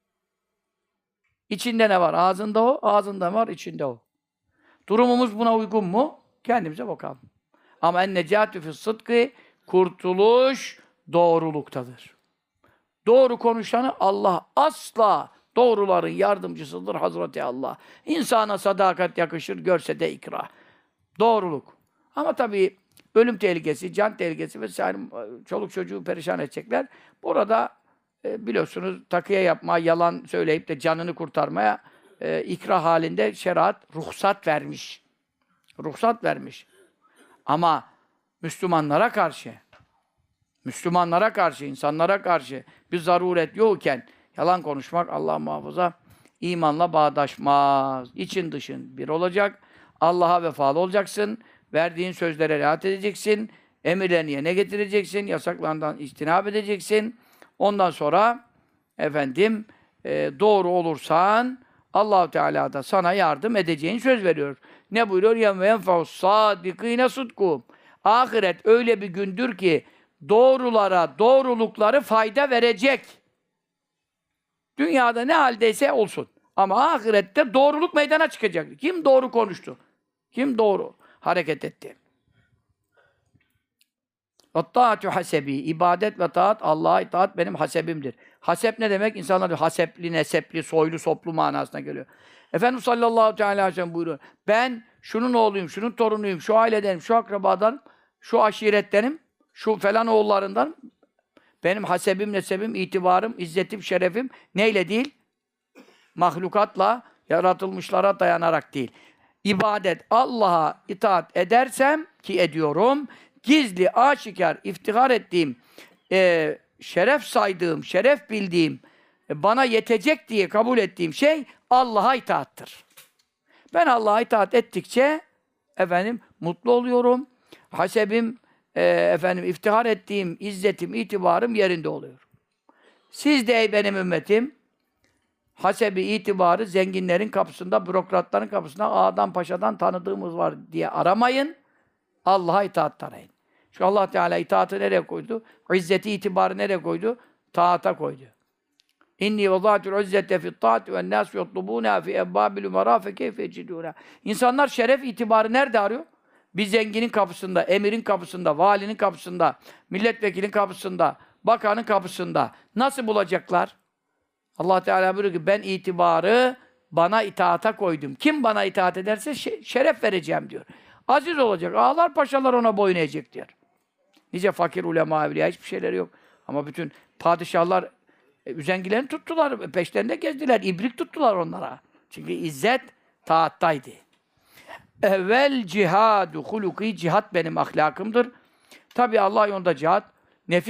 İçinde ne var? Ağzında o, ağzında var, içinde o. Durumumuz buna uygun mu? Kendimize bakalım. Ama en-necâtü fis-sıdkı kurtuluş doğruluktadır. Doğru konuşanı Allah asla doğruların yardımcısıdır Hazreti Allah. İnsana sadakat yakışır, görse de ikrah. Doğruluk. Ama tabii ölüm tehlikesi, can tehlikesi vesaire çoluk çocuğu perişan edecekler. Burada biliyorsunuz takıya yapma, yalan söyleyip de canını kurtarmaya ikrah halinde şeriat ruhsat vermiş. Ruhsat vermiş. Ama Müslümanlara karşı, insanlara karşı bir zaruret yokken yalan konuşmak Allah muhafaza imanla bağdaşmaz. İçin dışın bir olacak. Allah'a vefalı olacaksın. Verdiğin sözlere riayet edeceksin. Emirlerini yerine getireceksin. Yasaklarından içtinab edeceksin. Ondan sonra doğru olursan Allah-u Teala da sana yardım edeceğini söz veriyor. Ne buyuruyor? يَنْفَعُ الصَّادِقِينَ صُدْقُهُمْ Ahiret öyle bir gündür ki doğrulara, doğrulukları fayda verecek. Dünyada ne haldeyse olsun. Ama ahirette doğruluk meydana çıkacak. Kim doğru konuştu? Kim doğru hareket etti? وَالطَّاعَةُ hasebi. İbadet ve taat, Allah'a itaat benim hasebimdir. Hasep ne demek? İnsanlar diyor, hasepli, nesepli, soylu, soplu manasına geliyor. Efendimiz sallallahu aleyhi ve sellem buyuruyor. Ben şunun oğluyum, şunun torunuyum, şu ailedenim, şu akrabadanım, şu aşirettenim, şu falan oğullarından. Benim hasebim, nesebim, itibarım, izzetim, şerefim neyle değil? Mahlukatla, yaratılmışlara dayanarak değil. İbadet, Allah'a itaat edersem ki ediyorum, gizli, aşikar, iftihar ettiğim, şeref saydığım, şeref bildiğim, bana yetecek diye kabul ettiğim şey Allah'a itaattır. Ben Allah'a itaat ettikçe mutlu oluyorum. Hasebim, iftihar ettiğim, izzetim, itibarım yerinde oluyor. Siz de ey benim ümmetim, hasebi itibarı zenginlerin kapısında, bürokratların kapısında ağadan paşadan tanıdığımız var diye aramayın. Allah'a itaat arayın. Çünkü Allah Teala itaatı nereye koydu? İzzeti, itibarı nereye koydu? Taata koydu. İnni vazâtul izzete fi't taati ve'n nâs yutlubûnâ fi ebbâbil umerâ fe keyfe yecidûnâ. İnsanlar şeref, itibarı nerede arıyor? Bir zenginin kapısında, emirin kapısında, valinin kapısında, milletvekilinin kapısında, bakanın kapısında. Nasıl bulacaklar? Allah Teala buyuruyor ki ben itibarı bana itaata koydum. Kim bana itaat ederse şeref vereceğim diyor. Aziz olacak. Ağalar paşalar ona boyun eğecek diyor. Nice fakir ulema evliya hiçbir şeyleri yok. Ama bütün padişahlar üzengilerini tuttular, peşlerinde gezdiler, ibrik tuttular onlara. Çünkü izzet taattaydı. Evvel cihadu huluki, cihat benim ahlakımdır. Tabi Allah yolunda cihat,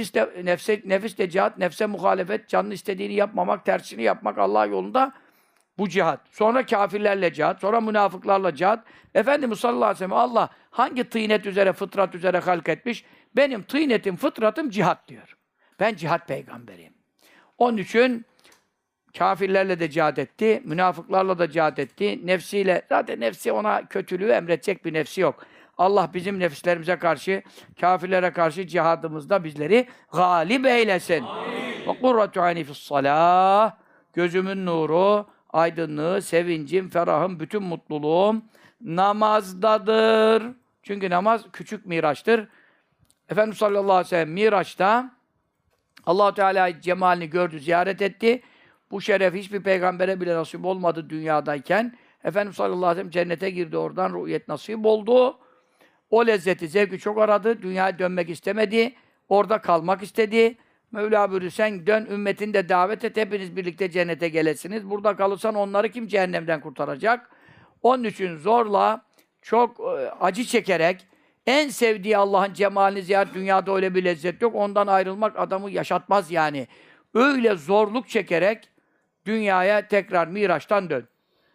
nefis de cihat, nefse muhalefet, canın istediğini yapmamak, tersini yapmak Allah yolunda. Bu cihat. Sonra kafirlerle cihat. Sonra münafıklarla cihat. Efendimiz sallallahu aleyhi ve sellem Allah hangi tıynet üzere, fıtrat üzere halk etmiş? Benim tıynetim, fıtratım cihat diyor. Ben cihat peygamberiyim. Onun için kafirlerle de cihat etti, münafıklarla da cihat etti, nefsiyle, zaten nefsi ona kötülüğü emredecek bir nefsi yok. Allah bizim nefislerimize karşı, kafirlere karşı cihadımızda bizleri galip eylesin. Ve kurratu ayni fissalâh. Gözümün nuru, aydınlığı, sevincim, ferahım, bütün mutluluğum namazdadır. Çünkü namaz küçük miraçtır. Efendimiz sallallahu aleyhi ve sellem Miraç'ta Allah-u Teala cemalini gördü, ziyaret etti. Bu şeref hiçbir peygambere bile nasip olmadı dünyadayken. Efendimiz sallallahu aleyhi ve sellem cennete girdi, oradan ruhiyet nasip oldu. O lezzeti, zevki çok aradı, dünyaya dönmek istemedi. Orada kalmak istedi. Mevla buyurdu, sen dön, ümmetini de davet et, hepiniz birlikte cennete gelesiniz. Burada kalırsan onları kim cehennemden kurtaracak? Onun için zorla, çok acı çekerek, en sevdiği Allah'ın cemalini ziyaret, dünyada öyle bir lezzet yok. Ondan ayrılmak adamı yaşatmaz yani. Öyle zorluk çekerek dünyaya tekrar Miraç'tan dön.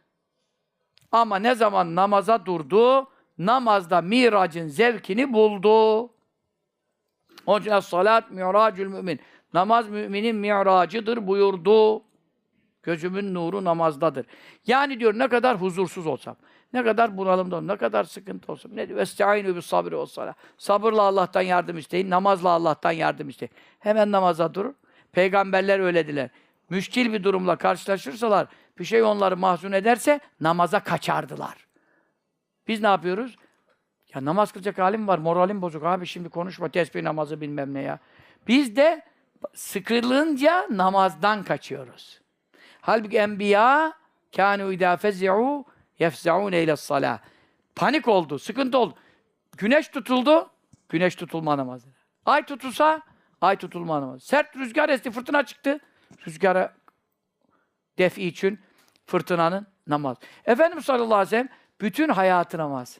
Ama ne zaman namaza durdu, namazda Mirac'ın zevkini buldu. Onun için salat mi'racül mümin. Namaz müminin mi'racıdır buyurdu. Gözümün nuru namazdadır. Yani diyor ne kadar huzursuz olsam, ne kadar bunalımda olsam, ne kadar sıkıntı olsam, ne diyor? Estaizu bis sabri ve salah. Sabırla Allah'tan yardım isteyin, namazla Allah'tan yardım isteyin. Hemen namaza durur. Peygamberler öylediler. Müşkil bir durumla karşılaşırsalar, bir şey onları mahzun ederse namaza kaçardılar. Biz ne yapıyoruz? Ya namaz kılacak halim var, moralim bozuk. Abi şimdi konuşma, tesbih namazı bilmem ne ya. Biz de sıkılınca namazdan kaçıyoruz. Halbuki enbiya kânû idâ fezi'û yefza'ûne ile's-salâh. Panik oldu, sıkıntı oldu. Güneş tutuldu, güneş tutulma namazı. Ay tutulsa, ay tutulma namazı. Sert rüzgar esti, fırtına çıktı. Rüzgara defi için fırtınanın namaz. Efendimiz sallallahu aleyhi ve sellem bütün hayatı namaz.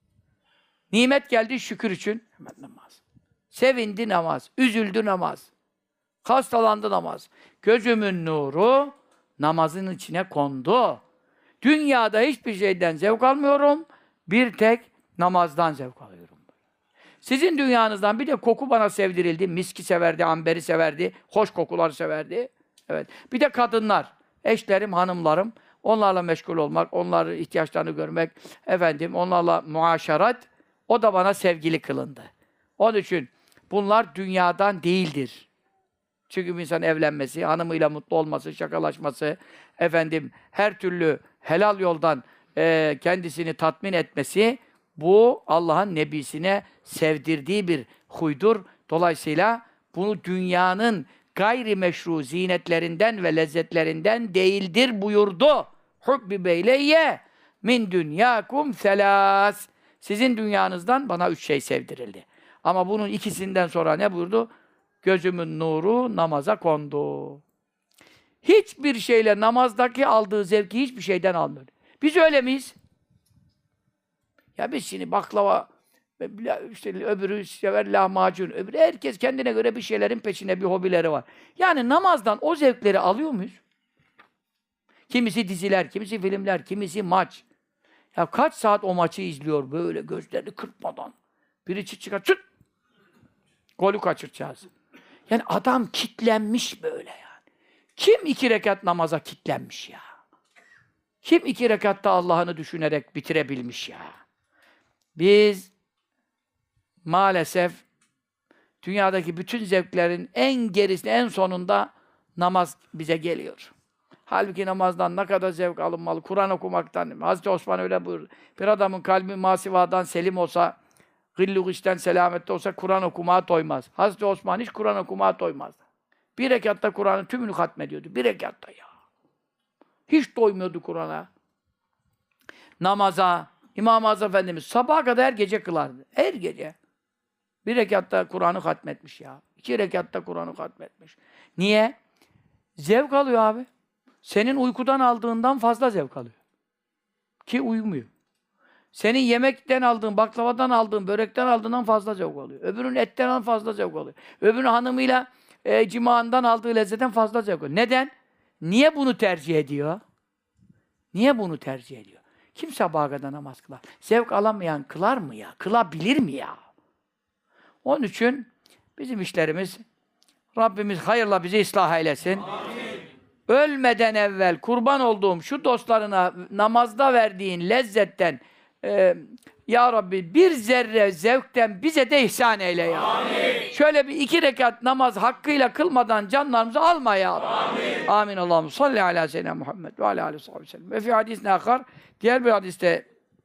Nimet geldi şükür için hemen namaz. Sevindi namaz, üzüldü namaz. Hastalandı namaz. Gözümün nuru namazın içine kondu. Dünyada hiçbir şeyden zevk almıyorum. Bir tek namazdan zevk alıyorum. Sizin dünyanızdan bir de koku bana sevdirildi. Miski severdi, amberi severdi, hoş kokuları severdi. Evet. Bir de kadınlar, eşlerim, hanımlarım, onlarla meşgul olmak, onların ihtiyaçlarını görmek, efendim, onlarla muaşerat, o da bana sevgili kılındı. Onun için bunlar dünyadan değildir. Çünkü bir insan evlenmesi, hanımıyla mutlu olması, şakalaşması, efendim, her türlü helal yoldan kendisini tatmin etmesi, bu Allah'ın nebisine sevdirdiği bir huydur. Dolayısıyla bunu dünyanın gayri meşru zinetlerinden ve lezzetlerinden değildir buyurdu. Hubbi beyleyye min dünyakum selâs. Sizin dünyanızdan bana 3 şey sevdirildi. Ama bunun ikisinden sonra ne buyurdu? Gözümün nuru namaza kondu. Hiçbir şeyle namazdaki aldığı zevki hiçbir şeyden almıyor. Biz öyle miyiz? Ya biz şimdi baklava, işte öbürü sever lahmacun, öbürü herkes kendine göre bir şeylerin peşine, bir hobileri var. Yani namazdan o zevkleri alıyor muyuz? Kimisi diziler, kimisi filmler, kimisi maç. Ya kaç saat o maçı izliyor böyle gözlerini kırpmadan. Biri çıkar, çıt! Golü kaçıracağız. Yani adam kitlenmiş böyle yani. Kim 2 rekat namaza kitlenmiş ya? Kim 2 rekatta Allah'ını düşünerek bitirebilmiş ya? Biz maalesef dünyadaki bütün zevklerin en gerisinde, en sonunda namaz bize geliyor. Halbuki namazdan ne kadar zevk alınmalı, Kur'an okumaktan. Hazreti Osman öyle buyurdu. Bir adamın kalbi masivadan selim olsa, gıllû işten selamette olsa Kur'an okumaya doymaz. Hazreti Osman hiç Kur'an okumaya doymazdı. 1 rekatta Kur'an'ın tümünü hatmediyordu. 1 rekatta ya. Hiç doymuyordu Kur'an'a. Namaza, İmam-ı Azam Efendimiz sabaha kadar her gece kılardı. Her gece. 1 rekatta Kur'an'ı hatmetmiş ya. 2 rekatta Kur'an'ı hatmetmiş. Niye? Zevk alıyor abi. Senin uykudan aldığından fazla zevk alıyor. Ki uyumuyor. Senin yemekten aldığın, baklavadan aldığın, börekten aldığından fazla zevk alıyor. Öbürünün etten fazla zevk alıyor. Öbürünün hanımıyla cimağından aldığı lezzetten fazla zevk alıyor. Neden? Niye bunu tercih ediyor? Niye bunu tercih ediyor? Kim sabaha kadar namaz kılar? Zevk alamayan kılar mı ya? Kılabilir mi ya? Onun için bizim işlerimiz Rabbimiz hayırla bizi ıslah eylesin. Amin. Ölmeden evvel kurban olduğum şu dostlarına namazda verdiğin lezzetten Ya Rabbi bir zerre zevkten bize de ihsan eyle ya. Amin. Şöyle bir 2 rekat namaz hakkıyla kılmadan canlarımızı alma ya Rabbi. Amin. Amin. Allahümme salli ala seyyidina Muhammed ve ala aleyhi ve sellem. Ve fi hadis nâkar, diğer bir hadiste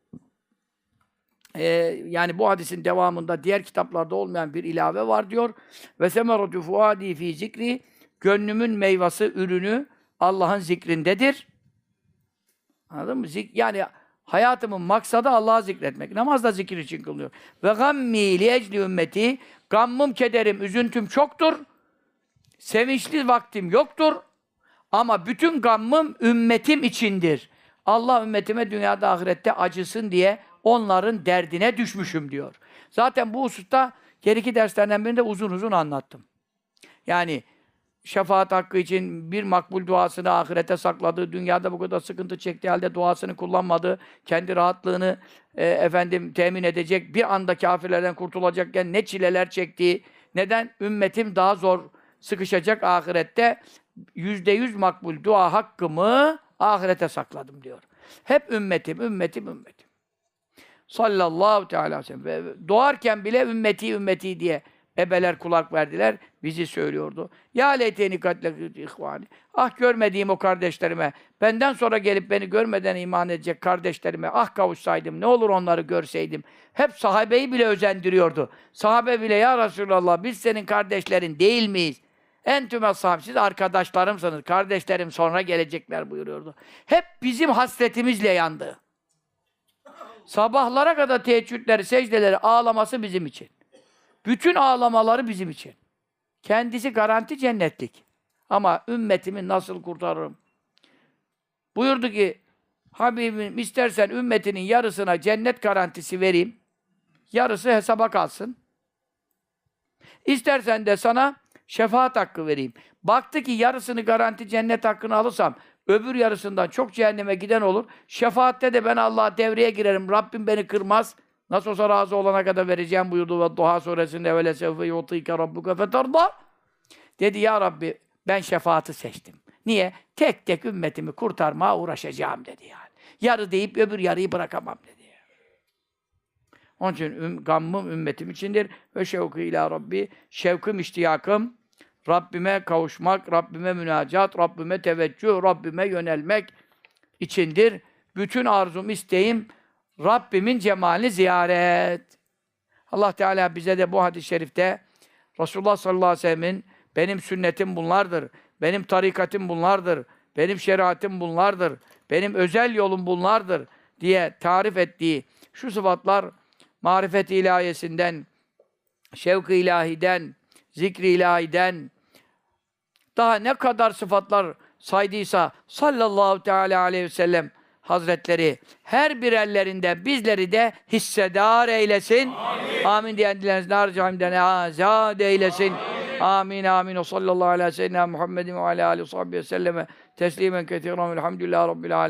yani bu hadisin devamında diğer kitaplarda olmayan bir ilave var diyor. Ve semeratu fuadi fi zikri, gönlümün meyvası, ürünü Allah'ın zikrindedir. Anladın mı? Yani hayatımın maksadı Allah'ı zikretmek. Namaz da zikir için kılınıyor. Ve gammi li ecli ümmeti, gammım, kederim, üzüntüm çoktur. Sevinçli vaktim yoktur. Ama bütün gammım ümmetim içindir. Allah ümmetime dünyada ahirette acısın diye onların derdine düşmüşüm diyor. Zaten bu hususta geriki derslerden birinde uzun uzun anlattım. Yani şefaat hakkı için bir makbul duasını ahirete sakladığı, dünyada bu kadar sıkıntı çektiği halde duasını kullanmadığı, kendi rahatlığını temin edecek, bir anda kâfirlerden kurtulacakken ne çileler çektiği, neden ümmetim daha zor sıkışacak ahirette, %100 makbul dua hakkımı ahirete sakladım diyor. Hep ümmetim, ümmetim, ümmetim. Sallallahu teala aleyhi ve sellem. Ve doğarken bile ümmeti, ümmeti diye ebeler kulak verdiler, bizi söylüyordu. Ya leyteni katlekûtü ihvâni. Ah görmediğim o kardeşlerime, benden sonra gelip beni görmeden iman edecek kardeşlerime ah kavuşsaydım, ne olur onları görseydim. Hep sahabeyi bile özendiriyordu. Sahabe bile ya Resulallah biz senin kardeşlerin değil miyiz? Entüm ashab, siz arkadaşlarımsınız, kardeşlerim sonra gelecekler buyuruyordu. Hep bizim hasretimizle yandı. Sabahlara kadar teheccüdleri, secdeleri, ağlaması bizim için. Bütün ağlamaları bizim için. Kendisi garanti cennetlik. Ama ümmetimi nasıl kurtarırım? Buyurdu ki, Habibim istersen ümmetinin yarısına cennet garantisi vereyim. Yarısı hesaba kalsın. İstersen de sana şefaat hakkı vereyim. Baktı ki yarısını garanti cennet hakkını alırsam, öbür yarısından çok cehenneme giden olur. Şefaatte de ben Allah'a devreye girerim. Rabbim beni kırmaz. Nasıl olsa razı olana kadar vereceğim buyurdu ve Duha suresinde ve lesevfe yutîke rabbuke feterda. Dedi ya Rabbi ben şefaati seçtim. Niye? Tek tek ümmetimi kurtarmaya uğraşacağım dedi yani. Yarı deyip öbür yarıyı bırakamam dedi. Onun için gammım ümmetim içindir. Ve şevkı ila Rabbi. Şevkim, iştiyakım Rabbime kavuşmak, Rabbime münacat, Rabbime teveccüh, Rabbime yönelmek içindir. Bütün arzum, isteğim Rabbimin cemalini ziyaret. Allah Teala bize de bu hadis-i şerifte Resulullah sallallahu aleyhi ve sellem'in benim sünnetim bunlardır, benim tarikatim bunlardır, benim şeriatim bunlardır, benim özel yolum bunlardır diye tarif ettiği şu sıfatlar marifet-i ilahiyesinden, şevk-i ilahiden, zikr-i ilahiden daha ne kadar sıfatlar saydıysa sallallahu teala aleyhi ve sellem Hazretleri her birerlerinde bizleri de hissedar eylesin. Amin. Amin diyen dilerinizden harcamiden azad eylesin. Amin. Amin. O sallallahu aleyhi ve sellem Muhammedin ve aleyhi ve selleme teslimen ketiren velhamdülillahi rabbil alemin.